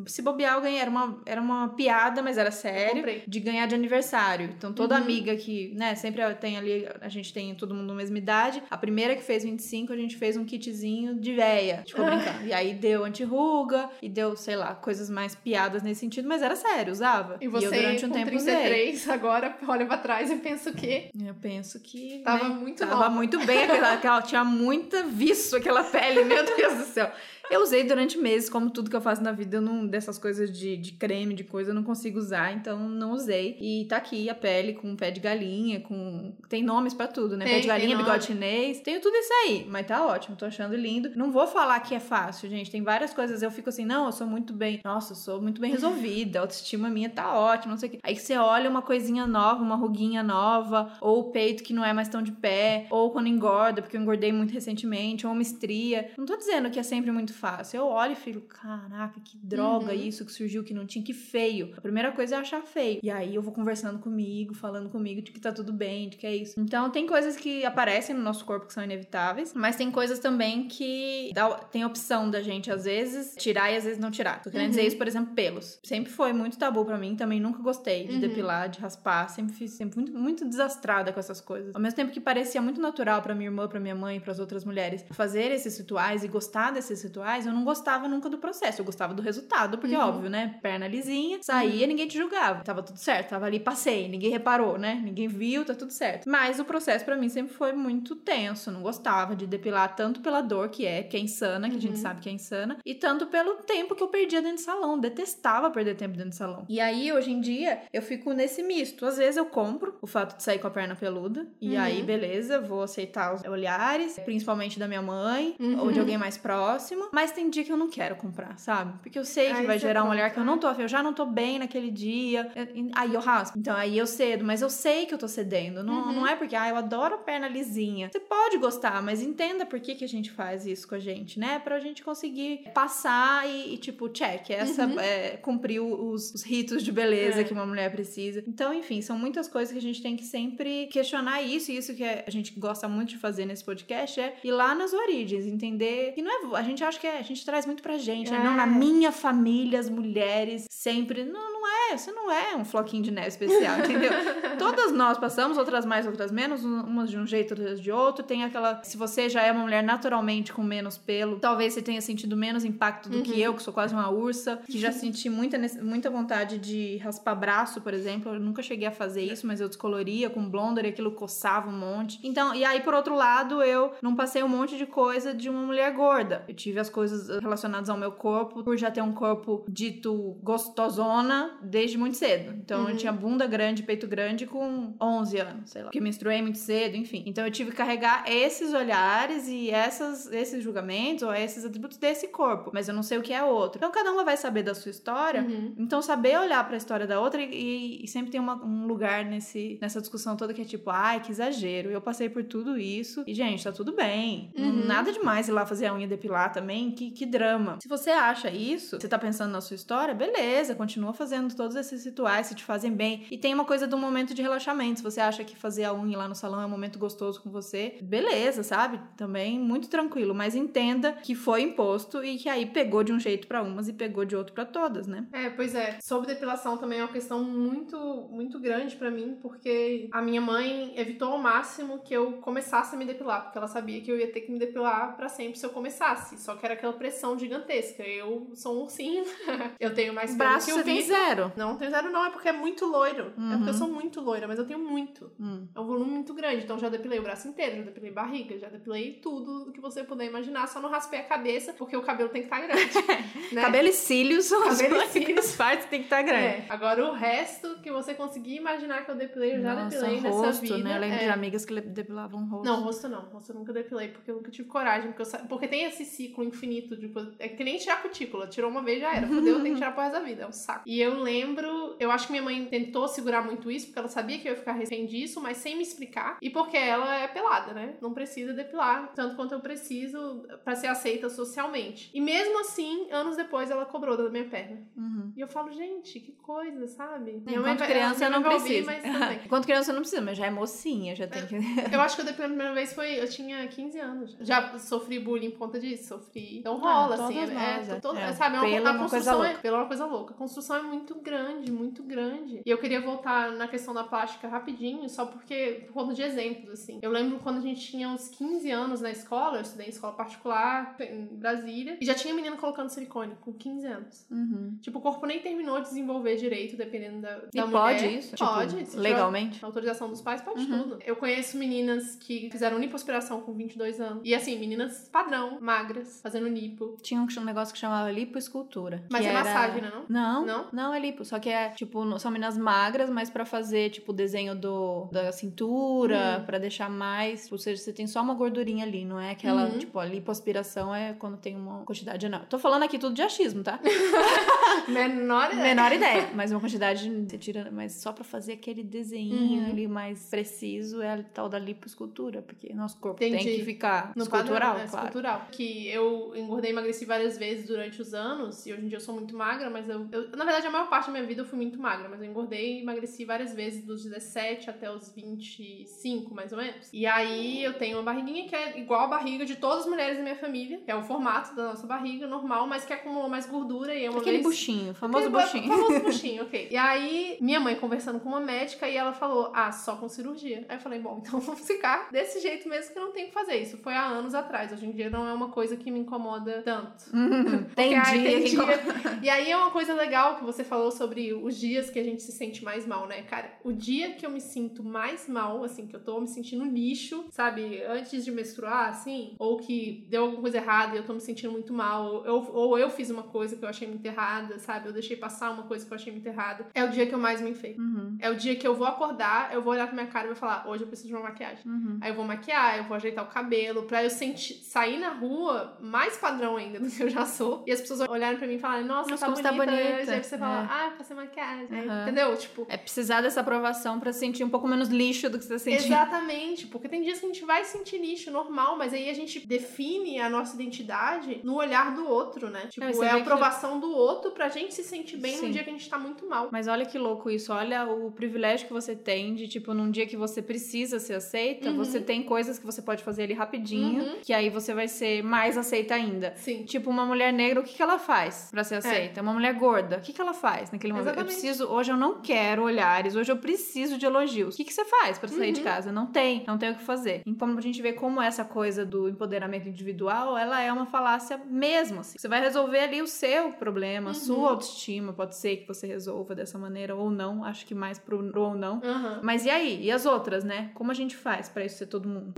Se bobear, eu ganhei. Era uma, era uma piada, mas era sério. De ganhar de aniversário. Então, toda uhum. amiga que, né, sempre tem ali, a gente tem todo mundo na mesma idade. A primeira que fez vinte e cinco, a gente fez um kitzinho de véia. Ficou brincando. E aí deu anti-ruga e deu, sei lá, coisas mais piadas nesse sentido, mas era sério, usava. E você, e eu, durante um com tempo, trinta e três, usei. Agora olha pra trás e pensa o quê? Eu penso que. Tava né, muito Tava nova. muito bem, aquela, aquela, tinha muita viço aquela pele, meu Deus do céu. Eu usei durante meses, como tudo que eu faço na vida, eu não, dessas coisas de, de creme, de coisa, eu não consigo usar, então não usei. E tá aqui a pele com pé de galinha, com... Tem nomes pra tudo, né? Tem, pé de galinha, tem bigode chinês, tenho tudo isso aí. Mas tá ótimo, tô achando lindo. Não vou falar que é fácil, gente, tem várias coisas, eu fico assim, não, eu sou muito bem, nossa, eu sou muito bem resolvida, a autoestima minha tá ótima, não sei o quê. Aí você olha uma coisinha nova, uma ruguinha nova, ou o peito que não é mais tão de pé, ou quando engorda, porque eu engordei muito recentemente, ou uma estria. Não tô dizendo que é sempre muito fácil, eu olho e fico, caraca, que droga uhum. isso que surgiu, que não tinha, que feio. A primeira coisa é achar feio. E aí eu vou conversando comigo, falando comigo de que tá tudo bem, de que é isso. Então tem coisas que aparecem no nosso corpo que são inevitáveis, mas tem coisas também que dá, tem opção da gente, às vezes, tirar e às vezes não tirar. Tô querendo uhum. dizer isso, por exemplo, pelos. Sempre foi muito tabu pra mim, também nunca gostei de uhum. depilar, de raspar, sempre fiz sempre muito, muito desastrada com essas coisas. Ao mesmo tempo que parecia muito natural pra minha irmã, pra minha mãe, pras outras mulheres fazer esses rituais e gostar desses rituais, eu não gostava nunca do processo, eu gostava do resultado, porque uhum. óbvio, né, perna lisinha, saía, uhum. ninguém te julgava, tava tudo certo, tava ali, passei, ninguém reparou, né, ninguém viu, tá tudo certo. Mas o processo pra mim sempre foi muito tenso, não gostava de depilar tanto pela dor que é, que é insana, que uhum. a gente sabe que é insana, e tanto pelo tempo que eu perdia dentro de salão, detestava perder tempo dentro de salão. E aí, hoje em dia, eu fico nesse misto, às vezes eu compro o fato de sair com a perna peluda, e uhum. aí, beleza, vou aceitar os olhares, principalmente da minha mãe, uhum. ou de alguém mais próximo, mas tem dia que eu não quero comprar, sabe? Porque eu sei que aí vai gerar um olhar que eu não tô afim, eu já não tô bem naquele dia, aí eu raspo. Então aí eu cedo, mas eu sei que eu tô cedendo, não, uhum. não é porque, ah, eu adoro a perna lisinha. Você pode gostar, mas entenda por que que a gente faz isso com a gente, né? Pra gente conseguir passar e, e tipo, check, essa uhum. é, cumprir os, os ritos de beleza é. que uma mulher precisa. Então, enfim, são muitas coisas que a gente tem que sempre questionar isso, e isso que a gente gosta muito de fazer nesse podcast é ir lá nas origens, entender que não é, a gente acha que é, a gente traz muito pra gente, é. né? Não, na minha família, as mulheres sempre, não, não é, você não é um floquinho de neve especial, entendeu? Todas nós passamos, outras mais, outras menos, umas de um jeito, outras de outro, tem aquela, se você já é uma mulher naturalmente com menos pelo, talvez você tenha sentido menos impacto do uhum. que eu, que sou quase uma ursa, que já senti muita, muita vontade de raspar braço, por exemplo, eu nunca cheguei a fazer isso, mas eu descoloria com blonder e aquilo coçava um monte. Então, e aí, por outro lado, eu não passei um monte de coisa de uma mulher gorda. Eu tive as coisas relacionadas ao meu corpo, por já ter um corpo dito gostosona desde muito cedo. Então, uhum. eu tinha bunda grande, peito grande com onze anos, sei lá. Porque eu menstruei muito cedo, enfim. Então, eu tive que carregar esses olhares e essas, esses julgamentos ou esses atributos desse corpo. Mas eu não sei o que é outro. Então, cada uma vai saber da sua história. Uhum. Então, saber olhar pra história da outra e, e sempre tem uma, um lugar nesse, nessa discussão toda que é tipo, ai, que exagero. Eu passei por tudo isso e, gente, tá tudo bem. Uhum. Nada demais ir lá fazer a unha depilar também. Que, que drama. Se você acha isso, você tá pensando na sua história, beleza, continua fazendo todos esses rituais se te fazem bem. E tem uma coisa do momento de relaxamento. Se você acha que fazer a unha lá no salão é um momento gostoso com você, beleza, sabe? Também muito tranquilo. Mas entenda que foi imposto e que aí pegou de um jeito pra umas e pegou de outro pra todas, né? É, pois é. Sobre depilação também é uma questão muito, muito grande pra mim, porque a minha mãe evitou ao máximo que eu começasse a me depilar, porque ela sabia que eu ia ter que me depilar pra sempre se eu começasse. Só que era aquela pressão gigantesca. Eu sou um ursinho, eu tenho mais pelo braço que o você tem Vitor. zero. Não, não tenho zero não, é porque é muito loiro. Uhum. É porque eu sou muito loira, mas eu tenho muito. Uhum. É um volume muito grande, então já depilei o braço inteiro, já depilei barriga, já depilei tudo que você puder imaginar, só não raspei a cabeça, porque o cabelo tem que estar grande. Né? Cabelo e cílios são cabelo as únicas partes que tem que estar grande. É. Agora o resto que você conseguir imaginar que eu depilei, eu já Nossa, depilei rosto, nessa vida. Né? Eu lembro é. de amigas que depilavam rosto. Não, rosto não. Rosto eu nunca depilei, porque eu nunca tive coragem. Porque, eu, porque tem esse ciclo infinito de... É que nem tirar cutícula. Tirou uma vez, já era. Fudeu, tem que tirar pro resto da vida. É um saco. E eu lembro lembro, eu acho que minha mãe tentou segurar muito isso, porque ela sabia que eu ia ficar refém disso, mas sem me explicar. E porque ela é pelada, né? Não precisa depilar tanto quanto eu preciso pra ser aceita socialmente. E mesmo assim, anos depois, ela cobrou da minha perna. Uhum. E eu falo, gente, que coisa, sabe? Minha Enquanto mãe, criança ela, não minha precisa. Ouvir, mas Enquanto criança não precisa, mas já é mocinha, já tem que... Eu acho que eu depilei a primeira vez foi... Eu tinha quinze anos. Já sofri bullying por conta disso, sofri. Então rola, ah, assim. É, nós, é, to, é. Sabe, é uma, Pelo a uma construção coisa é... louca. Pelo uma coisa louca. A construção é muito grande, muito grande. E eu queria voltar na questão da plástica rapidinho, só porque... Por conta de exemplos, assim. Eu lembro quando a gente tinha uns quinze anos na escola, eu estudei em escola particular, em Brasília, e já tinha menina colocando silicone com quinze anos. Uhum. Tipo, o corpo nem terminou de desenvolver direito, dependendo da, da e mulher. pode isso? Pode. Tipo, legalmente? A autorização dos pais pode uhum. tudo. Eu conheço meninas que fizeram lipoaspiração com vinte e dois anos. E assim, meninas padrão, magras, fazendo lipo. Tinha um negócio que chamava lipoescultura. Mas é era... massagem, né, não? Não, não? Não, é lipo. Só que é, tipo, são meninas magras, mas pra fazer, tipo, o desenho do, da cintura, uhum. pra deixar mais... Ou seja, você tem só uma gordurinha ali, não é aquela, uhum. tipo, a lipoaspiração é quando tem uma quantidade enorme. Tô falando aqui tudo de achismo, tá? Menor ideia. Menor ideia. Mas uma quantidade, você tira, mas só pra fazer aquele desenho uhum. ali mais preciso é a tal da lipoescultura, porque nosso corpo Entendi. tem que ficar no escultural, padrão, é, claro. escultural. Que eu engordei e emagreci várias vezes durante os anos, e hoje em dia eu sou muito magra, mas eu, eu... Na verdade, a maior parte da minha vida eu fui muito magra, mas eu engordei e emagreci várias vezes dos dezessete até os vinte e cinco, mais ou menos. E aí eu tenho uma barriguinha que é igual a barriga de todas as mulheres da minha família, que é o formato da nossa barriga, normal, mas que acumulou mais gordura e é uma Aquele vez... buchinho, famoso Aquele buchinho. famoso buchinho, ok. E aí, minha mãe conversando com uma médica e ela falou, ah, só com cirurgia. Aí eu falei, bom, então vamos ficar desse jeito mesmo que eu não tenho que fazer. Isso foi há anos atrás. Hoje em dia não é uma coisa que me incomoda tanto. Uhum. Tem Porque, dia. Ai, tem que dia. incomoda. E aí é uma coisa legal que você falou sobre os dias que a gente se sente mais mal, né, cara? O dia que eu me sinto mais mal, assim, que eu tô me sentindo lixo, sabe? Antes de menstruar, assim, ou que deu alguma coisa errada e eu tô me sentindo muito mal, ou, ou eu fiz uma coisa que eu achei muito errada, sabe? Eu deixei passar uma coisa que eu achei muito errada. É o dia que eu mais me enfeito. Uhum. É o dia que eu vou acordar, eu vou olhar pra minha cara e vou falar, hoje eu preciso de uma maquiagem. Uhum. Aí eu vou maquiar, eu vou ajeitar o cabelo, pra eu sentir, sair na rua mais padrão ainda do que eu já sou. E as pessoas olharem pra mim e falarem, nossa, Nossa, tá como bonita. Tá bonita. Aí você fala, é. ah, passei maquiagem. Uhum. Entendeu? Tipo... É precisar dessa aprovação pra sentir um pouco menos lixo do que você tá sentindo. Exatamente. Porque tem dias que a gente vai sentir lixo, normal, mas aí a gente define a nossa identidade no olhar do outro, né? Tipo, é, é a aprovação que... do outro pra gente se sentir bem Sim. no dia que a gente tá muito mal. Mas olha que louco isso. Olha o privilégio que você tem de, tipo, num dia que você precisa ser aceita, uhum. você tem coisas que você pode fazer ali rapidinho, uhum. que aí você vai ser mais aceita ainda. Sim. Tipo, uma mulher negra, o que que ela faz pra ser aceita? É. Uma mulher gorda, o que que ela faz naquele momento? Exatamente. Eu preciso, hoje eu não quero olhares, hoje eu preciso de elogios. O que que você faz pra sair uhum. de casa? Não tem, não tem o que fazer. Então, a gente vê como essa coisa do empoderamento individual, ela é uma falácia mesmo, assim. Você vai resolver ali o seu problema, a uhum. sua autoestima, pode ser que você resolva dessa maneira ou não, acho que mais pro, pro ou não. Uhum. Mas e aí? E as outras, né? Como a gente faz pra isso ser todo mundo?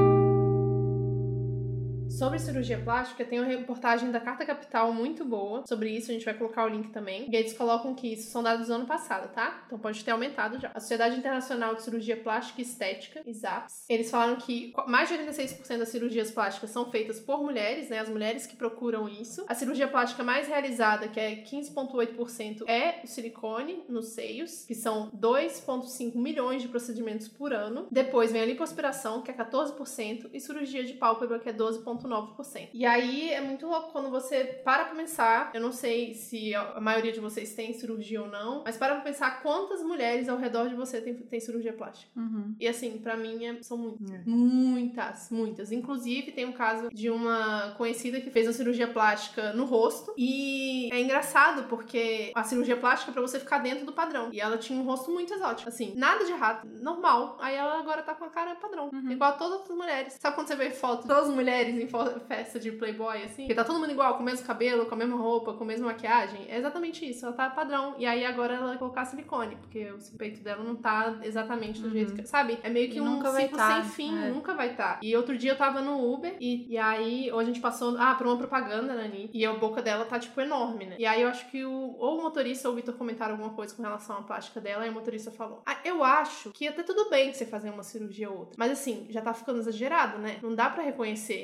Sobre cirurgia plástica, tem uma reportagem da Carta Capital muito boa sobre isso, a gente vai colocar o link também. E eles colocam que isso são dados do ano passado, tá? Então pode ter aumentado já. A Sociedade Internacional de Cirurgia Plástica e Estética, I S A P S, eles falaram que mais de oitenta e seis por cento das cirurgias plásticas são feitas por mulheres, né? As mulheres que procuram isso. A cirurgia plástica mais realizada, que é quinze vírgula oito por cento, é o silicone nos seios, que são dois vírgula cinco milhões de procedimentos por ano. Depois vem a lipoaspiração, que é quatorze por cento, e cirurgia de pálpebra, que é doze vírgula nove por cento. E aí é muito louco quando você para pra pensar, eu não sei se a maioria de vocês tem cirurgia ou não, mas para pra pensar quantas mulheres ao redor de você tem, tem cirurgia plástica. Uhum. E assim, pra mim é, são muitas. É. Muitas, muitas. Inclusive tem um caso de uma conhecida que fez uma cirurgia plástica no rosto e é engraçado porque a cirurgia plástica é pra você ficar dentro do padrão. E ela tinha um rosto muito exótico. Assim, nada de errado, normal. Aí ela agora tá com a cara padrão. Uhum. Igual a todas as outras mulheres. Sabe quando você vê foto de todas as mulheres em festa de Playboy, assim? Que tá todo mundo igual, com o mesmo cabelo, com a mesma roupa, com a mesma maquiagem. É exatamente isso. Ela tá padrão. E aí agora ela vai colocar silicone, porque o peito dela não tá exatamente do uhum. jeito que... Sabe? É meio que e um ciclo tá, sem fim. É. Nunca vai estar. Tá. E outro dia eu tava no Uber e, e aí hoje a gente passou... Ah, por uma propaganda, Nani. E a boca dela tá, tipo, enorme, né? E aí eu acho que o, ou o motorista ou o Vitor comentaram alguma coisa com relação à plástica dela e o motorista falou: ah, eu acho que até tudo bem você fazer uma cirurgia ou outra. Mas assim, já tá ficando exagerado, né? Não dá pra reconhecer. E ainda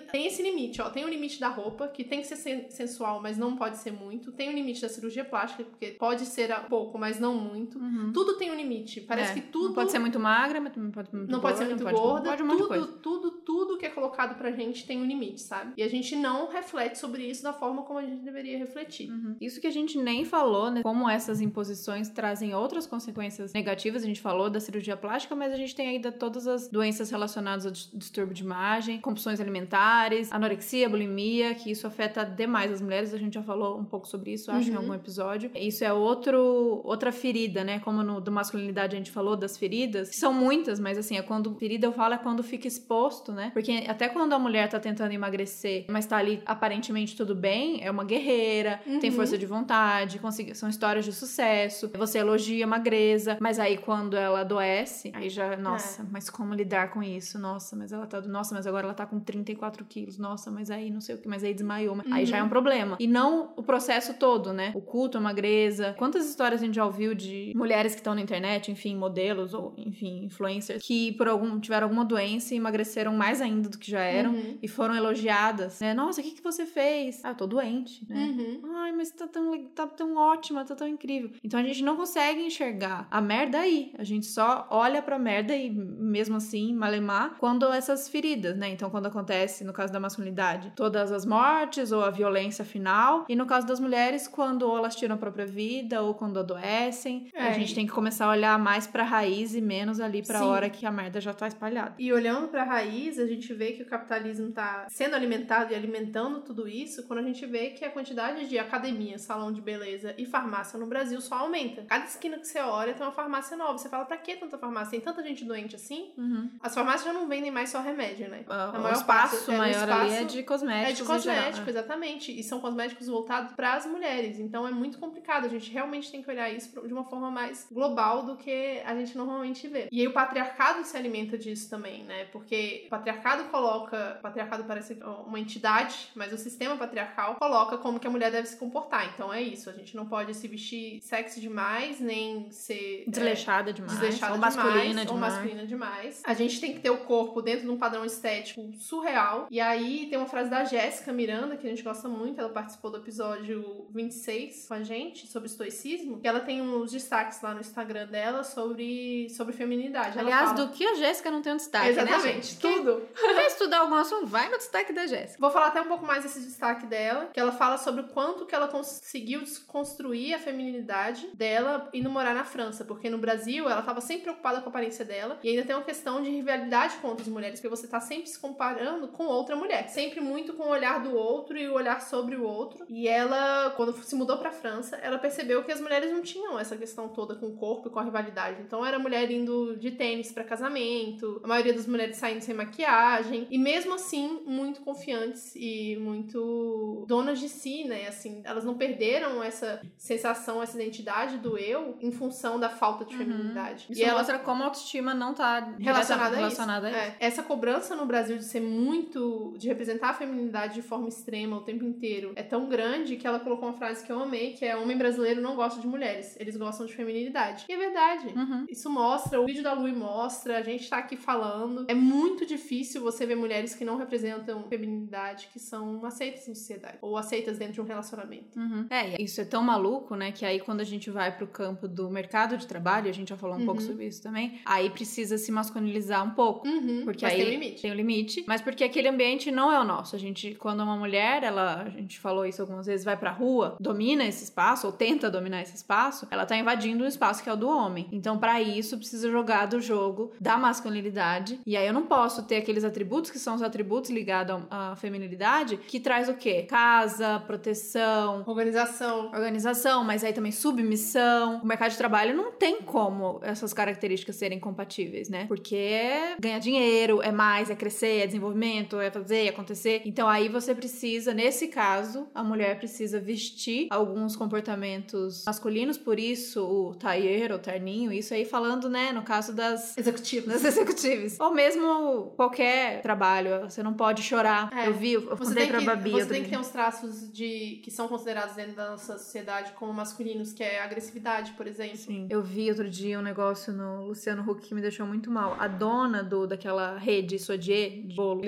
tem esse limite, ó. Tem o limite da roupa, que tem que ser sen- sensual, mas não pode ser muito. Tem o limite da cirurgia plástica, porque pode ser pouco, mas não muito. Uhum. Tudo tem um limite. Parece É, que tudo... Não pode ser muito magra, mas não pode ser muito Não gorda. pode ser muito não pode, gorda. Pode um monte de tudo, coisa. tudo, tudo que é colocado pra gente tem um limite, sabe? E a gente não reflete sobre isso da forma como a gente deveria refletir. Uhum. Isso que a gente nem falou, né? Como essas imposições trazem outras consequências negativas. A gente falou da cirurgia plástica, mas a gente tem ainda todas as doenças relacionadas ao dis- distúrbio de imagem, compulsões alimentares, anorexia, bulimia, que isso afeta demais as mulheres. A gente já falou um pouco sobre isso, acho, Uhum. em algum episódio. Isso é outro, outra ferida, né? Como no do masculinidade a gente falou das feridas, que são muitas, mas assim, é quando ferida eu falo é quando fica exposto, né? Porque até quando a mulher tá tentando emagrecer, mas tá ali aparentemente tudo bem, é uma guerreira, Uhum. tem força de vontade, consegui... são histórias de sucesso, você elogia a magreza, mas aí quando ela adoece, aí já, nossa, É. mas como lidar com isso? Nossa, mas ela tá, nossa, mas agora ela tá com trinta e quatro quilos, nossa, mas aí não sei o que, mas aí desmaiou, Uhum. aí já é um problema. E não o processo todo, né? O culto, a magreza. Quantas histórias a gente já ouviu de mulheres que estão na internet, enfim, modelos ou, enfim, influencers, que por algum, tiveram alguma doença e emagreceram mais ainda do que já eram Uhum. e foram elogiadas, né? Nossa, o que, que você fez? Ah, eu tô doente, né? Uhum. Ai, mas tá tão, le- tá tão ótima, tá tão incrível. Então a gente não consegue enxergar a merda aí. A gente só olha pra merda e mesmo assim, malemar, quando essas feridas, né? Então quando acontece, no caso da masculinidade, todas as mortes ou a violência final. E no caso das mulheres, quando ou elas tiram a própria vida ou quando adoecem. É, a gente e- tem que começar a olhar mais pra raiz e menos ali pra Sim. hora que a merda já tá espalhada. E olhando pra raiz, a gente vê que o capitalismo tá sendo alimentado e alimentando tudo isso quando a gente vê que a quantidade de academia, salão de beleza e farmácia no Brasil só aumenta. Cada esquina que você olha tem uma farmácia nova. Você fala, pra que tanta farmácia? Tem tanta gente doente assim? Uhum. As farmácias já não vendem mais só remédio, né? A- A o maior espaço parte- é, o maior ali é espaço de cosméticos. É de em cosmético, geral, é. exatamente. E são cosméticos voltados para as mulheres. Então é muito complicado. A gente realmente tem que olhar isso de uma forma mais global do que a gente normalmente vê. E aí o patriarcado se alimenta disso também, né? Porque o patriarcado coloca... O patriarcado parece uma entidade, mas o sistema patriarcal coloca como que a mulher deve se comportar. Então é isso. A gente não pode se vestir sexy demais, nem ser... Desleixada é, demais. desleixada ou masculina demais, demais. ou masculina demais. A gente tem que ter o corpo dentro de um padrão estético surreal. E aí tem uma frase da Jéssica Miranda, que a gente gosta muito, ela participou do episódio vinte e seis com a gente, sobre estoicismo, que ela tem uns destaques lá no Instagram dela sobre, sobre feminilidade. Ela Aliás, fala... do que a Jéssica não tem um destaque, Exatamente, né, gente? tudo. Quer estudar algum assunto? Vai no destaque da Jéssica. Vou falar até um pouco mais desse destaque dela, que ela fala sobre o quanto que ela conseguiu desconstruir a feminilidade dela indo morar na França, porque no Brasil ela estava sempre preocupada com a aparência dela, e ainda tem uma questão de rivalidade com outras mulheres, porque você tá sempre se comparando com outra mulher, sempre muito com o olhar do outro e o olhar sobre o outro. E ela, quando se mudou pra França, ela percebeu que as mulheres não tinham essa questão toda com o corpo e com a rivalidade. Então era mulher indo de tênis pra casamento, a maioria das mulheres saindo sem maquiagem, e mesmo assim muito confiantes e muito donas de si, né? Assim, elas não perderam essa sensação, essa identidade do eu em função da falta de feminilidade. Isso e ela mostra como a autoestima não tá relacionada a relacionada isso. a isso. É. Essa cobrança no Brasil de ser muito, de representar a feminilidade de forma extrema o tempo inteiro é tão grande que ela colocou uma frase que eu amei, que é: homem brasileiro não gosta de mulheres, eles gostam de feminilidade. E é verdade. Uhum. Isso mostra, o vídeo da Lui mostra, a gente tá aqui falando. É muito difícil você ver mulheres que não representam feminilidade, que são aceitas na sociedade, ou aceitas dentro de um relacionamento. Uhum. É, isso é tão maluco, né, que aí quando a gente vai pro campo do mercado de trabalho, a gente já falou um Uhum. pouco sobre isso também, aí precisa se masculinizar um pouco. Uhum. Porque Mas aí tem um limite. tem um limite, mas porque aquele ambiente não é o nosso. A gente, quando uma mulher, ela, a gente falou isso algumas vezes, vai pra rua, domina esse espaço, ou tenta dominar esse espaço, ela tá invadindo um espaço que é o do homem. Então, pra isso, precisa jogar do jogo da masculinidade. E aí eu não posso ter aqueles atributos que são os atributos ligados à feminilidade, que traz o quê? Casa, proteção, Organização. organização, mas aí também submissão. O mercado de trabalho não tem como essas características serem compatíveis, né? Porque é ganhar dinheiro, é mais, é crescer, é desenvolvimento, é fazer, é acontecer. Então aí você precisa, nesse caso, a mulher precisa vestir alguns comportamentos masculinos, por isso o tailleur, o terninho, isso aí falando, né, no caso das Executivos. das executivas. Ou mesmo qualquer trabalho, você não pode chorar. É. Eu vi, eu Você contei tem, pra que, Babi. você outro tem que dia. ter uns traços de que são considerados dentro da nossa sociedade como masculinos, que é a agressividade, por exemplo. Sim. Eu vi outro dia um negócio no Luciano Huck que me deixou muito mal. A dona do, daquela rede Sodier de bolo, eles estavam com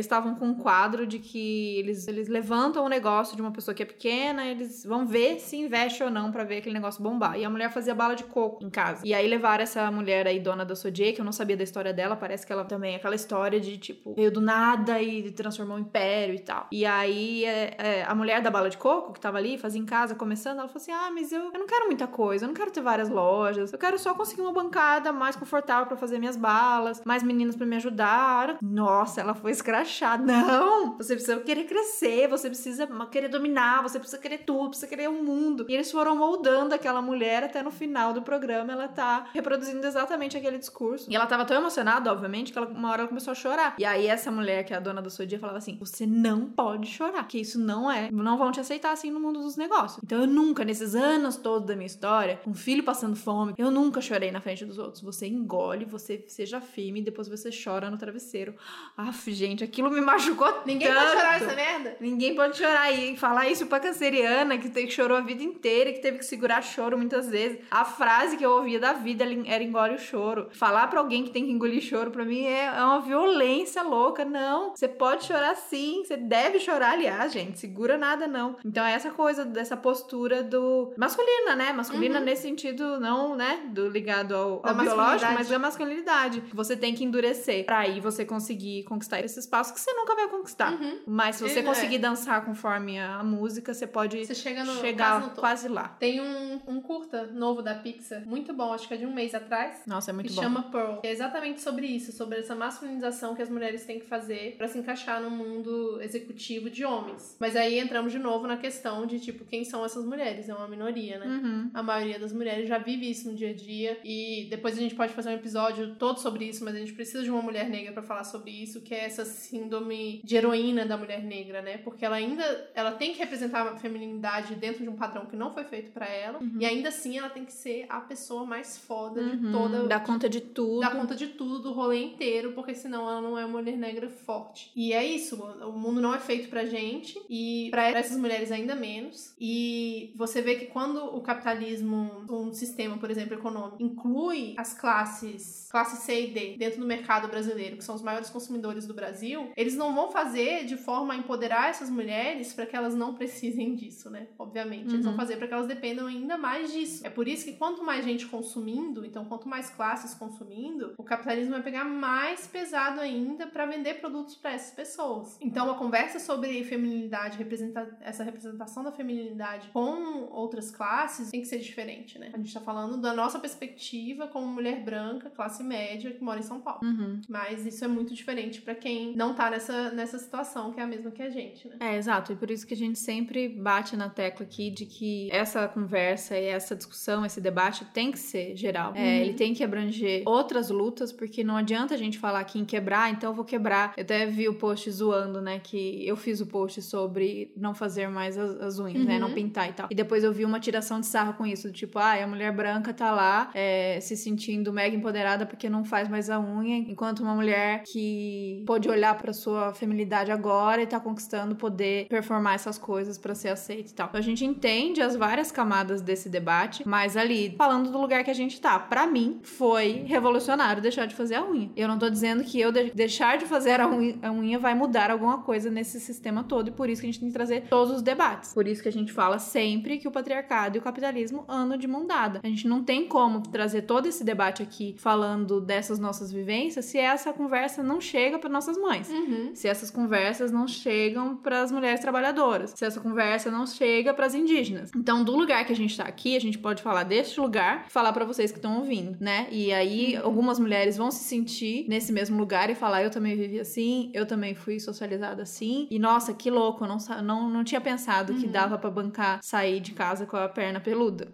com um quadro de que eles, eles levantam o negócio de uma pessoa que é pequena, eles vão ver se investe ou não pra ver aquele negócio bombar. E a mulher fazia bala de coco em casa. E aí levaram essa mulher aí, dona da Sodier, que eu não sabia da história dela, parece que ela também é aquela história de, tipo, veio do nada e transformou um império e tal. E aí é, é, a mulher da bala de coco, que tava ali, fazia em casa, começando, ela falou assim, ah, mas eu, eu não quero muita coisa, eu não quero ter várias lojas, eu quero só conseguir uma bancada mais confortável pra fazer minhas balas, mais meninas pra me ajudar. Nossa, ela foi escrachada. Não! Você precisa querer crescer, você precisa querer dominar, você precisa querer tudo, precisa querer o mundo. E eles foram moldando aquela mulher até no final do programa, ela tá reproduzindo exatamente aquele discurso. E ela tava tão emocionada, obviamente, que ela, uma hora ela começou a chorar. E aí essa mulher, que é a dona da Sodier, falava assim, você não pode chorar, que isso não é, não vão te aceitar assim no mundo dos negócios. Então eu nunca, nesses anos todos da minha história, um filho passando fome, eu nunca chorei na frente dos outros. Você engole, você seja firme e depois você chora no travesseiro. Aff, gente, aquilo me machucou Ninguém tanto. pode chorar essa merda? Ninguém pode chorar. E falar isso pra canceriana, que, que chorou a vida inteira, que teve que segurar choro muitas vezes. A frase que eu ouvia da vida era engole o choro. Falar pra alguém que tem que engolir choro, pra mim, é uma violência louca. Não, você pode chorar sim, você deve chorar, aliás, gente. Segura nada, não. Então é essa coisa, dessa postura do... masculina, né? Masculina uhum. nesse sentido, não, né? Do ligado ao, ao biológico, mas da masculinidade. Que você tem que endurecer pra aí você conseguir conquistar esse espaço que você nunca vai conquistar. Uhum. Mas se você Ele conseguir é. dançar conforme a música, você pode você chega no, chegar quase, quase lá. Tem um, um curta novo da Pixar, muito bom, acho que é de um mês atrás. Nossa, é muito que bom. Que chama Pearl. Que é exatamente sobre isso, sobre essa masculinização que as mulheres têm que fazer pra se encaixar no mundo executivo de homens. Mas aí entramos de novo na questão de, tipo, quem são essas mulheres? É uma minoria, né? Uhum. A maioria das mulheres já vive isso no dia a dia e depois a gente pode fazer um episódio todo sobre isso, mas a gente precisa de uma mulher negra pra falar sobre isso, que é essa síndrome de heroína da mulher negra, né? Porque ela ainda ela tem que representar a feminilidade dentro de um padrão que não foi feito pra ela, uhum. e ainda assim ela tem que ser a pessoa mais foda uhum. de toda... Dá conta de tudo. Dá conta de tudo, do rolê inteiro, porque senão ela não é uma mulher negra forte. E é isso, o mundo não é feito pra gente, e pra essas mulheres ainda menos. E você vê que quando o capitalismo, um sistema, por exemplo, econômico, inclui as classes, classe C e D, dentro do mercado brasileiro, que são os maiores consumidores do Brasil, eles não vão fazer de forma a empoderar essas mulheres para que elas não precisem disso, né? Obviamente. Uhum. Eles vão fazer para que elas dependam ainda mais disso. É por isso que quanto mais gente consumindo, então quanto mais classes consumindo, o capitalismo vai pegar mais pesado ainda para vender produtos para essas pessoas. Então a conversa sobre feminilidade, representa- essa representação da feminilidade com outras classes tem que ser diferente, né? A gente tá falando da nossa perspectiva como mulher branca, classe média, que mora em São Paulo. Uhum. Mas isso é muito diferente pra quem não tá nessa, nessa situação, que é a mesma que a gente, né? É, exato. E por isso que a gente sempre bate na tecla aqui de que essa conversa e essa discussão, esse debate tem que ser geral. Uhum. É, ele tem que abranger outras lutas, porque não adianta a gente falar aqui em quebrar, então eu vou quebrar. Eu até vi o post zoando, né, que eu fiz o post sobre não fazer mais as, as unhas, uhum. né, não pintar e tal. E depois eu vi uma tiração de sarro com isso, do tipo, ah, a mulher branca tá lá é, se sentindo mega empoderada porque não faz mais a unha, enquanto uma mulher que pode olhar pra sua feminilidade agora e tá conquistando poder performar essas coisas pra ser aceita e tal. Então a gente entende as várias camadas desse debate, mas ali, falando do lugar que a gente tá, pra mim, foi revolucionário deixar de fazer a unha. Eu não tô dizendo que eu de- deixar de fazer a unha, a unha vai mudar alguma coisa nesse sistema todo, e por isso que a gente tem que trazer todos os debates. Por isso que a gente fala sempre que o patriarcado e o capitalismo andam de mão dada. A gente não tem como trazer todo esse debate aqui falando dessas nossas vivências se essa conversa não chega para nossas mães. Uhum. Se essas conversas não chegam para as mulheres trabalhadoras. Se essa conversa não chega para as indígenas. Então, do lugar que a gente tá aqui, a gente pode falar deste lugar, falar para vocês que estão ouvindo, né? E aí, uhum. algumas mulheres vão se sentir nesse mesmo lugar e falar, eu também vivi assim, eu também fui socializada assim. E, nossa, que louco, eu não, não, não tinha pensado uhum. que dava para bancar sair de casa com a perna peluda.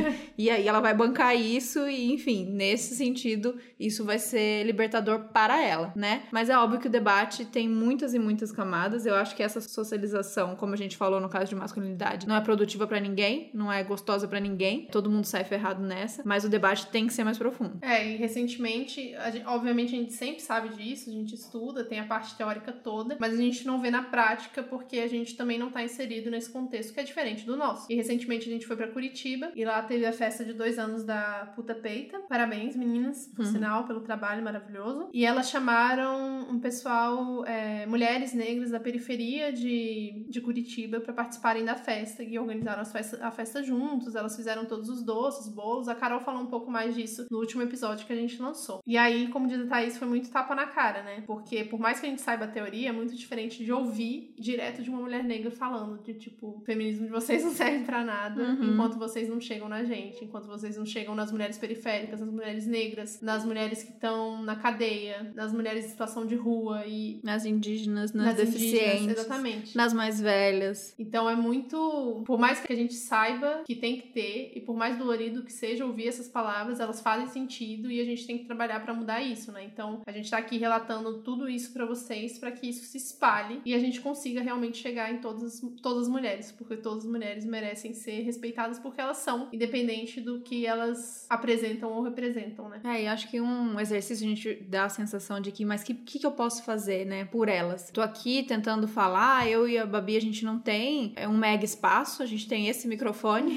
E aí ela vai bancar isso e, enfim, nesse sentido, isso vai ser libertador para ela, né? Mas é óbvio que o debate tem muitas e muitas camadas. Eu acho que essa socialização, como a gente falou no caso de masculinidade, não é produtiva pra ninguém, não é gostosa pra ninguém. Todo mundo sai ferrado nessa, mas o debate tem que ser mais profundo. É, e recentemente, a gente, obviamente a gente sempre sabe disso, a gente estuda, tem a parte teórica toda, mas a gente não vê na prática porque a gente também não tá inserido nesse contexto que é diferente do nosso. E recentemente a gente foi pra Curitiba e lá teve a festa de dois anos da Puta Peita. Parabéns, meninas, por uhum. sinal, pelo trabalho maravilhoso. E elas chamaram um pessoal é, mulheres negras da periferia de, de Curitiba para participarem da festa e organizaram as festa, a festa juntos. Elas fizeram todos os doces, bolos. A Carol falou um pouco mais disso no último episódio que a gente lançou. E aí, como diz a Thaís, foi muito tapa na cara, né? Porque por mais que a gente saiba a teoria, é muito diferente de ouvir direto de uma mulher negra falando de tipo, o feminismo de vocês não serve pra nada, uhum. enquanto vocês não chegam na gente, enquanto vocês não chegam nas mulheres periféricas, nas mulheres negras, nas mulheres que estão na cadeia, nas mulheres em situação de rua e... nas indígenas, nas, nas indígenas, deficientes, exatamente. nas mais velhas. Então é muito... Por mais que a gente saiba que tem que ter, e por mais dolorido que seja ouvir essas palavras, elas fazem sentido e a gente tem que trabalhar pra mudar isso, né? Então a gente tá aqui relatando tudo isso pra vocês, pra que isso se espalhe e a gente consiga realmente chegar em todas, todas as mulheres, porque todas as mulheres merecem ser respeitadas porque elas são, independente do que elas apresentam ou representam, né? É, e acho que um exercício a gente dá a sensação de que, mas o que, que, que eu posso fazer, né, por elas? Tô aqui tentando falar, eu e a Babi, a gente não tem um mega espaço, a gente tem esse microfone,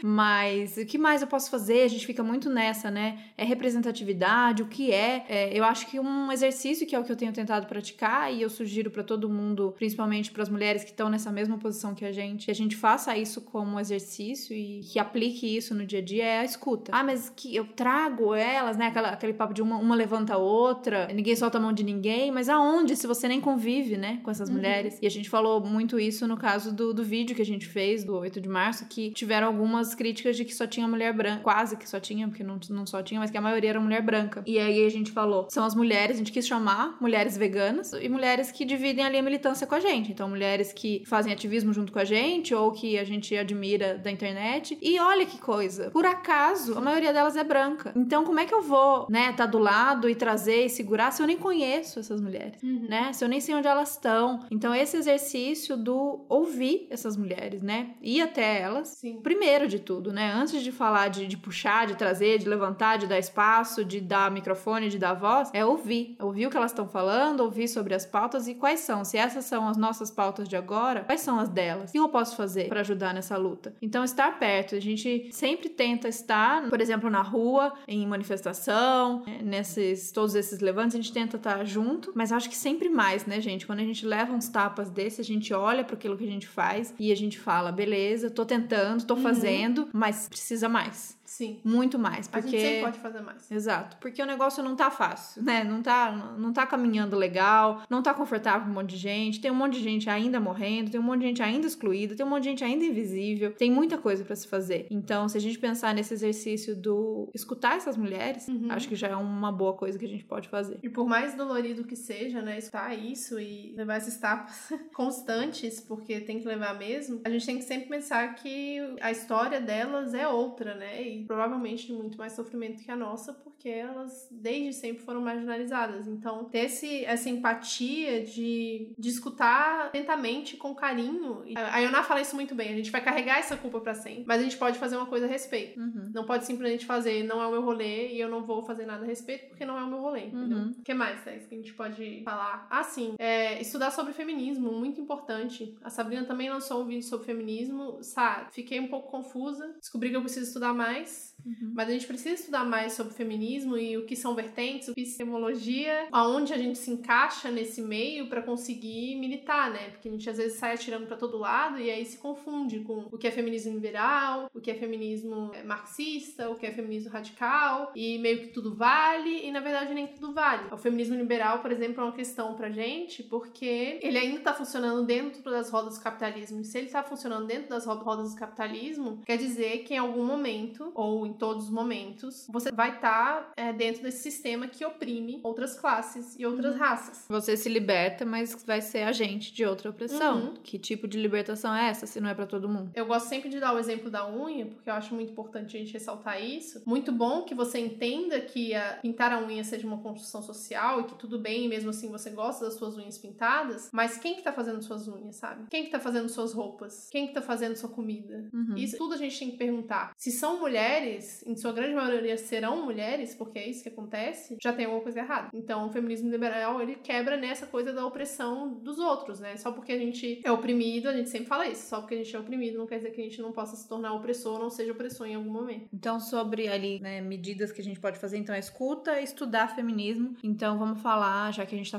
mas o que mais eu posso fazer? A gente fica muito nessa, né? É representatividade, o que é? é eu acho que um exercício que é o que eu tenho tentado praticar e eu sugiro pra todo mundo, principalmente pras mulheres que estão nessa mesma posição que a gente, que a gente faça isso como um exercício e que aplique isso no dia a dia, é a escuta. Ah, mas que eu trago elas, né? Aquela, aquele papo de uma, uma levanta a outra, ninguém solta a mão de ninguém, mas aonde? Se você nem convive, né? Com essas uhum. mulheres. E a gente falou muito isso no caso do, do vídeo que a gente fez, do oito de março, que tiveram algumas críticas de que só tinha mulher branca, quase que só tinha, porque não, não só tinha, mas que a maioria era mulher branca. E aí a gente falou, são as mulheres, a gente quis chamar mulheres veganas e mulheres que dividem ali a militância com a gente. Então, mulheres que fazem ativismo junto com a gente ou que a gente admira da internet. E olha que coisa, por acaso, a maioria delas é branca. Então, como é que eu vou, né, tá do lado e trazer e segurar se eu nem conheço essas mulheres, uhum. né? Se eu nem sei onde elas estão. Então, esse exercício do ouvir essas mulheres, né? Ir até elas, Sim. primeiro de tudo, né? Antes de falar de, de puxar, de trazer, de levantar, de dar espaço, de dar microfone, de dar voz, é ouvir. Ouvir o que elas estão falando, ouvir sobre as pautas e quais são. Se essas são as nossas pautas de agora, quais são as delas? O que eu posso fazer para ajudar nessa luta? Então, estar perto. A gente sempre tenta estar, por exemplo, na rua, em manifestação, nesses, todos esses levantes, a gente tenta estar junto, mas acho que sempre mais, né, gente? Quando a gente leva uns tapas desses, a gente olha para aquilo que a gente faz e a gente fala, beleza, tô tentando, tô uhum. fazendo, mas precisa mais. Sim. Muito mais, porque... A gente sempre pode fazer mais. Exato, porque o negócio não tá fácil, né? Não tá, não tá caminhando legal, não tá confortável com um monte de gente, tem um monte de gente ainda morrendo, tem um monte de gente ainda excluída, tem um monte de gente ainda invisível, tem muita coisa pra se fazer. Então, se a gente pensar nesse exercício do escutar essas mulheres, uhum. acho que já é uma boa coisa que a gente pode fazer. E por mais dolorido que seja, né, escutar isso e levar esses tapas constantes, porque tem que levar mesmo, a gente tem que sempre pensar que a história delas é outra, né? E provavelmente de muito mais sofrimento que a nossa, porque elas desde sempre foram marginalizadas. Então, ter esse, essa empatia de, de escutar atentamente, com carinho. A Ioná fala isso muito bem, a gente vai carregar essa culpa pra sempre, mas a gente pode fazer uma coisa a respeito. Uhum. Não pode simplesmente fazer, não é o meu rolê e eu não vou fazer nada a respeito porque não é o meu rolê, entendeu? Uhum. O que mais, Thais, que a gente pode falar? Ah, sim, é, estudar sobre feminismo, muito importante. A Sabrina também lançou um vídeo sobre feminismo, sabe? Fiquei um pouco confusa, descobri que eu preciso estudar mais. Uhum. Mas a gente precisa estudar mais sobre feminismo e o que são vertentes, o que é epistemologia, aonde a gente se encaixa nesse meio pra conseguir militar, né? Porque a gente às vezes sai atirando pra todo lado e aí se confunde com o que é feminismo liberal, o que é feminismo marxista, o que é feminismo radical, e meio que tudo vale, e na verdade nem tudo vale. O feminismo liberal, por exemplo, é uma questão pra gente porque ele ainda tá funcionando dentro das rodas do capitalismo. E se ele tá funcionando dentro das rodas do capitalismo, quer dizer que em algum momento, ou em todos os momentos, você vai estar é, dentro desse sistema que oprime outras classes e outras uhum. raças. Você se liberta, mas vai ser agente de outra opressão. Uhum. Que tipo de libertação é essa, se não é pra todo mundo? Eu gosto sempre de dar o exemplo da unha, porque eu acho muito importante a gente ressaltar isso. Muito bom que você entenda que a, pintar a unha seja uma construção social e que tudo bem, mesmo assim você gosta das suas unhas pintadas, mas quem que tá fazendo suas unhas, sabe? Quem que tá fazendo suas roupas? Quem que tá fazendo sua comida? Uhum. Isso tudo a gente tem que perguntar. Se são mulheres, em sua grande maioria serão mulheres, porque é isso que acontece, já tem alguma coisa errada. Então, o feminismo liberal, ele quebra nessa coisa da opressão dos outros, né? Só porque a gente é oprimido, a gente sempre fala isso, só porque a gente é oprimido não quer dizer que a gente não possa se tornar opressor ou não seja opressor em algum momento. Então, sobre ali, né, medidas que a gente pode fazer, então, é escuta, estudar feminismo. Então, vamos falar, já que a gente tá falando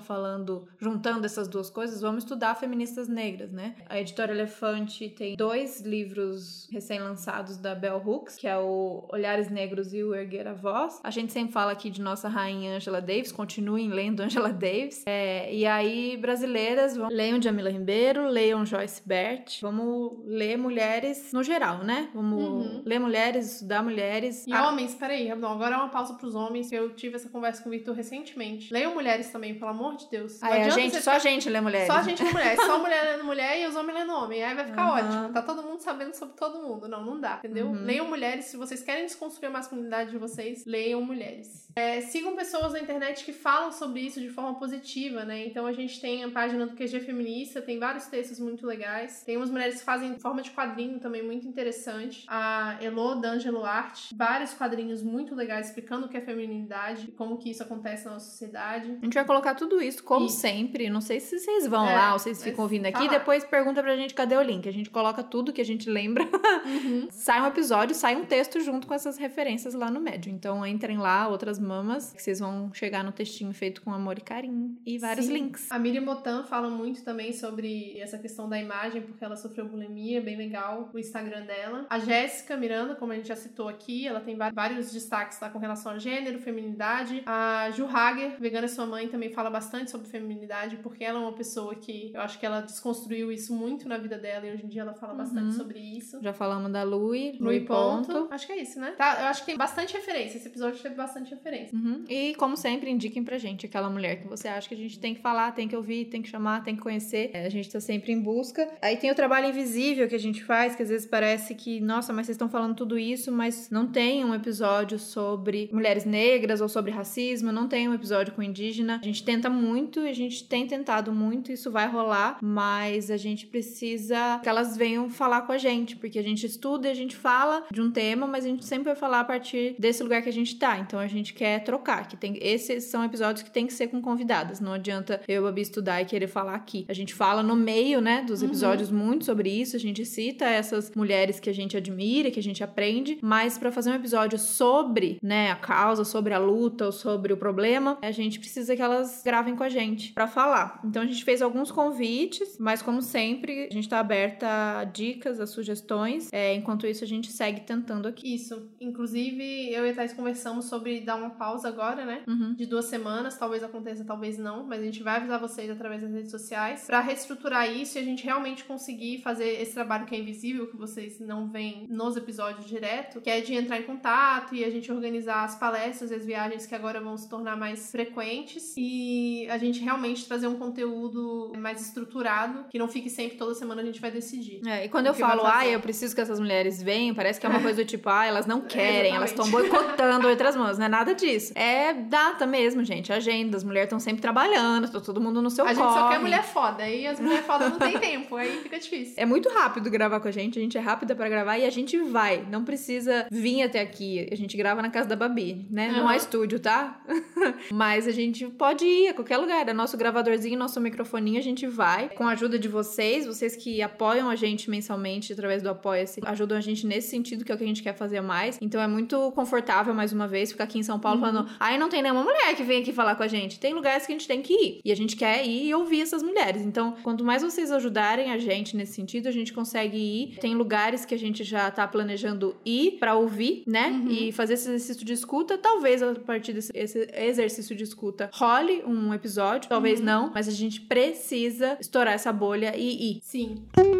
falando, juntando essas duas coisas, vamos estudar feministas negras, né? A Editora Elefante tem dois livros recém-lançados da Bell Hooks, que é o Olhares Negros e o Erguer a Voz. A gente sempre fala aqui de nossa rainha Angela Davis, continuem lendo Angela Davis. É, e aí, brasileiras, vão, leiam Djamila Ribeiro, leiam Joyce Bert. Vamos ler mulheres no geral, né? Vamos uhum. ler mulheres, estudar mulheres. E ah, homens, peraí, não, agora é uma pausa pros homens, eu tive essa conversa com o Victor recentemente. Leiam mulheres também, pelo amor de Deus. Ah, é, a gente, só a gente lê mulheres. Só a gente lê mulheres, só mulher lendo mulher e os homens lendo homem. Aí vai ficar uhum. ótimo. Tá todo mundo sabendo sobre todo mundo. Não, não dá, entendeu? Uhum. Leiam mulheres, se vocês querem desconstruir a masculinidade de vocês, leiam mulheres. É, sigam pessoas na internet que falam sobre isso de forma positiva, né? Então a gente tem a página do Q G Feminista, tem vários textos muito legais. Tem umas mulheres que fazem forma de quadrinho também muito interessante. A Elo D'Angelo Art, vários quadrinhos muito legais explicando o que é feminilidade e como que isso acontece na nossa sociedade. A gente vai colocar tudo isso, como e... sempre. Não sei se vocês vão é, lá ou vocês ficam ouvindo aqui. Depois pergunta pra gente cadê o link. A gente coloca tudo que a gente lembra. Uhum. Sai um episódio, sai um texto junto com essas referências lá no Medium. Então entrem lá, outras mamas, que vocês vão chegar no textinho feito com amor e carinho. E vários Sim. links. A Miriam Botan fala muito também sobre essa questão da imagem, porque ela sofreu bulimia, bem legal o Instagram dela. A Jéssica Miranda, como a gente já citou aqui, ela tem vários destaques lá com relação a gênero, feminilidade. A Ju Hager, Vegana é Sua Mãe, também fala bastante sobre feminilidade, porque ela é uma pessoa que eu acho que ela desconstruiu isso muito na vida dela e hoje em dia ela fala uhum. bastante sobre isso. Já falamos da Lui, Lui Ponto. Ponto. Acho que é isso, né? Tá, eu acho que tem bastante referência. Esse episódio teve bastante referência. Uhum. E, como sempre, indiquem pra gente aquela mulher que você acha que a gente tem que falar, tem que ouvir, tem que chamar, tem que conhecer. É, a gente tá sempre em busca. Aí tem o trabalho invisível que a gente faz, que às vezes parece que, nossa, mas vocês estão falando tudo isso, mas não tem um episódio sobre mulheres negras ou sobre racismo, não tem um episódio com indígena. A gente tenta muito, a gente tem tentado muito, isso vai rolar, mas a gente precisa que elas venham falar com a gente, porque a gente estuda e a gente fala de um tema, mas a gente sempre vai falar a partir desse lugar que a gente tá. Então a gente quer trocar, que tem, esses são episódios que tem que ser com convidadas. Não adianta eu, Babi, estudar e querer falar aqui. A gente fala no meio, né, dos episódios uhum. muito sobre isso, a gente cita essas mulheres que a gente admira, que a gente aprende, mas pra fazer um episódio sobre, né, a causa, sobre a luta ou sobre o problema, a gente precisa que elas gravem com a gente pra falar. Então a gente fez alguns convites, mas como sempre, a gente tá aberta a dicas, a sugestões. É, enquanto isso, a gente segue tentando aqui. Isso. Inclusive, eu e a Thais conversamos sobre dar uma pausa agora, né? Uhum. De duas semanas. Talvez aconteça, talvez não. Mas a gente vai avisar vocês através das redes sociais pra reestruturar isso e a gente realmente conseguir fazer esse trabalho que é invisível, que vocês não veem nos episódios direto, que é de entrar em contato e a gente organizar as palestras e as viagens que agora vão se tornar mais frequentes e a gente realmente trazer um conteúdo mais estruturado, que não fique sempre toda semana a gente vai decidir. É, e quando eu falo, ah, eu preciso que essas mulheres venham, parece que é uma coisa do tipo, ah, elas não querem, é, elas estão boicotando outras mãos, não é nada disso. É data mesmo, gente, agenda, as mulheres estão sempre trabalhando, tá todo mundo no seu corre. A gente só quer mulher foda, aí as mulheres foda não tem tempo, aí fica difícil. É muito rápido gravar com a gente, a gente é rápida pra gravar e a gente vai, não precisa vir até aqui, a gente grava na casa da Babi, né? Uhum. Não há estúdio, tá? Mas a gente pode ir a qualquer lugar, é nosso gravadorzinho, nosso microfoninho, a gente vai, com a ajuda de vocês, vocês que apoiam a gente mensalmente através do Apoia-se, ajudam a gente nesse sentido, que é o que a gente quer fazer mais. Então é muito confortável, mais uma vez, ficar aqui em São Paulo uhum. falando, ai, não tem nenhuma mulher que vem aqui falar com a gente. Tem lugares que a gente tem que ir. E a gente quer ir e ouvir essas mulheres. Então, quanto mais vocês ajudarem a gente nesse sentido, a gente consegue ir. Tem lugares que a gente já tá planejando ir pra ouvir, né? Uhum. E fazer esse exercício de escuta. Talvez a partir desse esse exercício de escuta role um episódio, talvez uhum. não, mas a gente precisa estourar essa bolha e ir. Sim.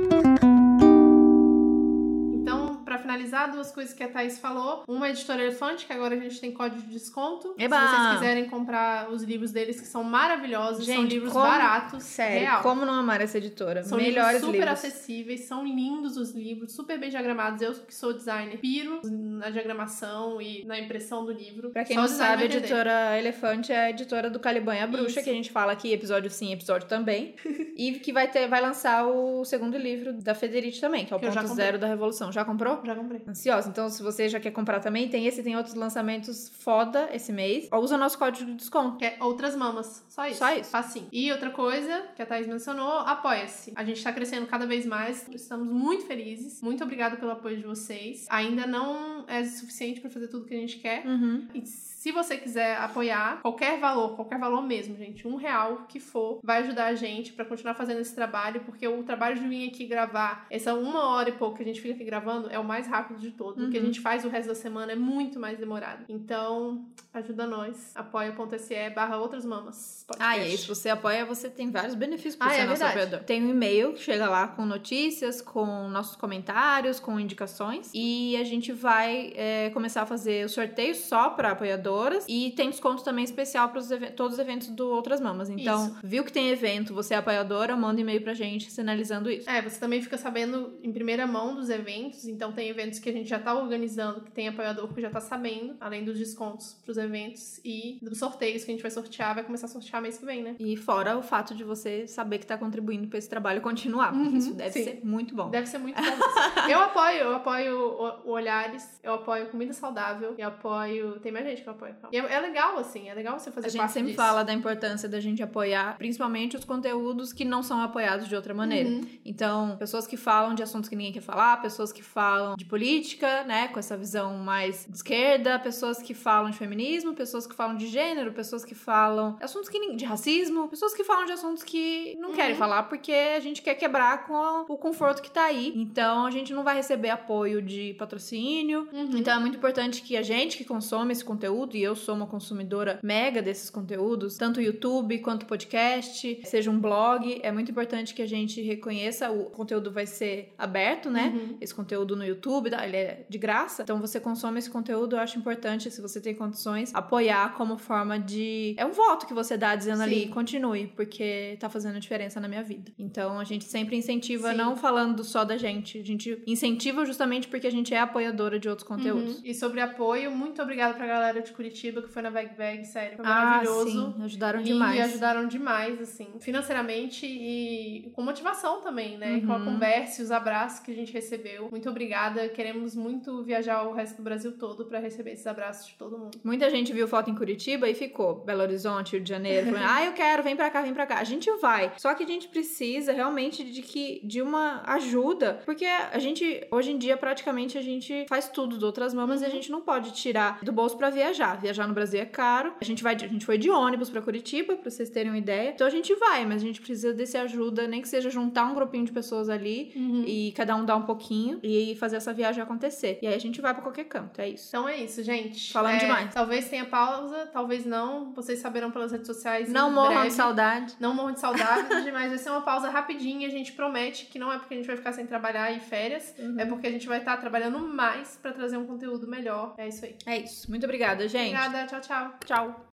Pra finalizar, duas coisas que a Thaís falou. Uma é a Editora Elefante, que agora a gente tem código de desconto. Eba! Se vocês quiserem comprar os livros deles, que são maravilhosos, gente, são livros como... baratos. Sério, real. Como não amar essa editora? São Melhores livros super livros. acessíveis, são lindos os livros, super bem diagramados. Eu que sou designer, piro na diagramação e na impressão do livro. Pra quem não sabe, a Editora Elefante é a editora do Caliban e a Bruxa, Isso. que a gente fala aqui, episódio sim, episódio também. E que vai, ter, vai lançar o segundo livro da Federici também, que é o que Ponto Zero da Revolução. Já comprou? Já comprei. Ansiosa. Então, se você já quer comprar também, tem esse e tem outros lançamentos foda esse mês. Usa nosso código de desconto. Que é Outras Mamas. Só isso. Só isso. Facinho. E outra coisa que a Thaís mencionou, apoia-se. A gente tá crescendo cada vez mais. Estamos muito felizes. Muito obrigada pelo apoio de vocês. Ainda não é suficiente pra fazer tudo que a gente quer. Uhum. E se você quiser apoiar, qualquer valor, qualquer valor mesmo, gente, um real que for, vai ajudar a gente pra continuar fazendo esse trabalho, porque o trabalho de vir aqui gravar, essa uma hora e pouco que a gente fica aqui gravando, é o mais rápido de todos. Uhum. O que a gente faz o resto da semana é muito mais demorado. Então, ajuda nós. apoia.se barra outras mamas. Ah, e aí, se você apoia, você tem vários benefícios por ah, ser é nosso verdade. apoiador. Tem um e-mail que chega lá com notícias, com nossos comentários, com indicações. E a gente vai é, começar a fazer o sorteio só pra apoiadoras. E tem desconto também especial para todos os eventos do Outras Mamas. Então, isso. Viu que tem evento, você é apoiadora, manda e-mail pra gente sinalizando isso. É, você também fica sabendo em primeira mão dos eventos. Então, tem eventos que a gente já tá organizando, que tem apoiador que já tá sabendo, além dos descontos pros eventos e dos sorteios que a gente vai sortear, vai começar a sortear mês que vem, né? E fora o fato de você saber que tá contribuindo pra esse trabalho continuar, porque Uhum, isso deve sim. ser muito bom. Deve ser muito bom. Eu apoio, eu apoio o, o Olhares, eu apoio Comida Saudável, eu apoio... Tem mais gente que eu apoio. E é, é legal, assim, é legal você fazer A gente parte sempre disso. fala da importância da gente apoiar, principalmente os conteúdos que não são apoiados de outra maneira. Uhum. Então, pessoas que falam de assuntos que ninguém quer falar, pessoas que falam de política, né, com essa visão mais de esquerda, pessoas que falam de feminismo, pessoas que falam de gênero, pessoas que falam de assuntos que de racismo, pessoas que falam de assuntos que não Uhum. querem falar porque a gente quer quebrar com o conforto que tá aí. Então, a gente não vai receber apoio de patrocínio. Uhum. Então, é muito importante que a gente que consome esse conteúdo, e eu sou uma consumidora mega desses conteúdos, tanto YouTube quanto podcast, seja um blog, é muito importante que a gente reconheça, o conteúdo vai ser aberto, né? Uhum. Esse conteúdo no YouTube, ele é de graça, então você consome esse conteúdo, eu acho importante, se você tem condições, apoiar como forma de... É um voto que você dá dizendo Sim. ali, continue, porque tá fazendo diferença na minha vida. Então, a gente sempre incentiva, Sim. não falando só da gente, a gente incentiva justamente porque a gente é apoiadora de outros conteúdos. Uhum. E sobre apoio, muito obrigada pra galera de Curitiba que foi na Veg Veg, sério, foi Ah, maravilhoso. sim, ajudaram Lindo, demais. E ajudaram demais, assim, financeiramente e com motivação também, né? Uhum. Com a conversa e os abraços que a gente recebeu. Muito obrigada. Queremos muito viajar o resto do Brasil todo pra receber esses abraços de todo mundo. Muita gente viu foto em Curitiba e ficou. Belo Horizonte, Rio de Janeiro. Falando, ah, eu quero, vem pra cá, vem pra cá. A gente vai. Só que a gente precisa realmente de, que, de uma ajuda. Porque a gente, hoje em dia, praticamente, a gente faz tudo de Outras Mamas Uhum. e a gente não pode tirar do bolso pra viajar. Viajar no Brasil é caro. A gente, vai, a gente foi de ônibus pra Curitiba, pra vocês terem uma ideia. Então a gente vai, mas a gente precisa desse ajuda, nem que seja juntar um grupinho de pessoas ali Uhum. e cada um dar um pouquinho e fazer essa viagem acontecer. E aí a gente vai pra qualquer canto, é isso. Então é isso, gente. Falando É, demais. Talvez tenha pausa, talvez não. Vocês saberão pelas redes sociais. Não em morram breve. de saudade. Não morram de saudade, mas vai ser uma pausa rapidinha. A gente promete que não é porque a gente vai ficar sem trabalhar e férias, Uhum. é porque a gente vai estar trabalhando mais pra trazer um conteúdo melhor. É isso aí. É isso. Muito obrigada, gente. Obrigada, tchau, tchau. Tchau.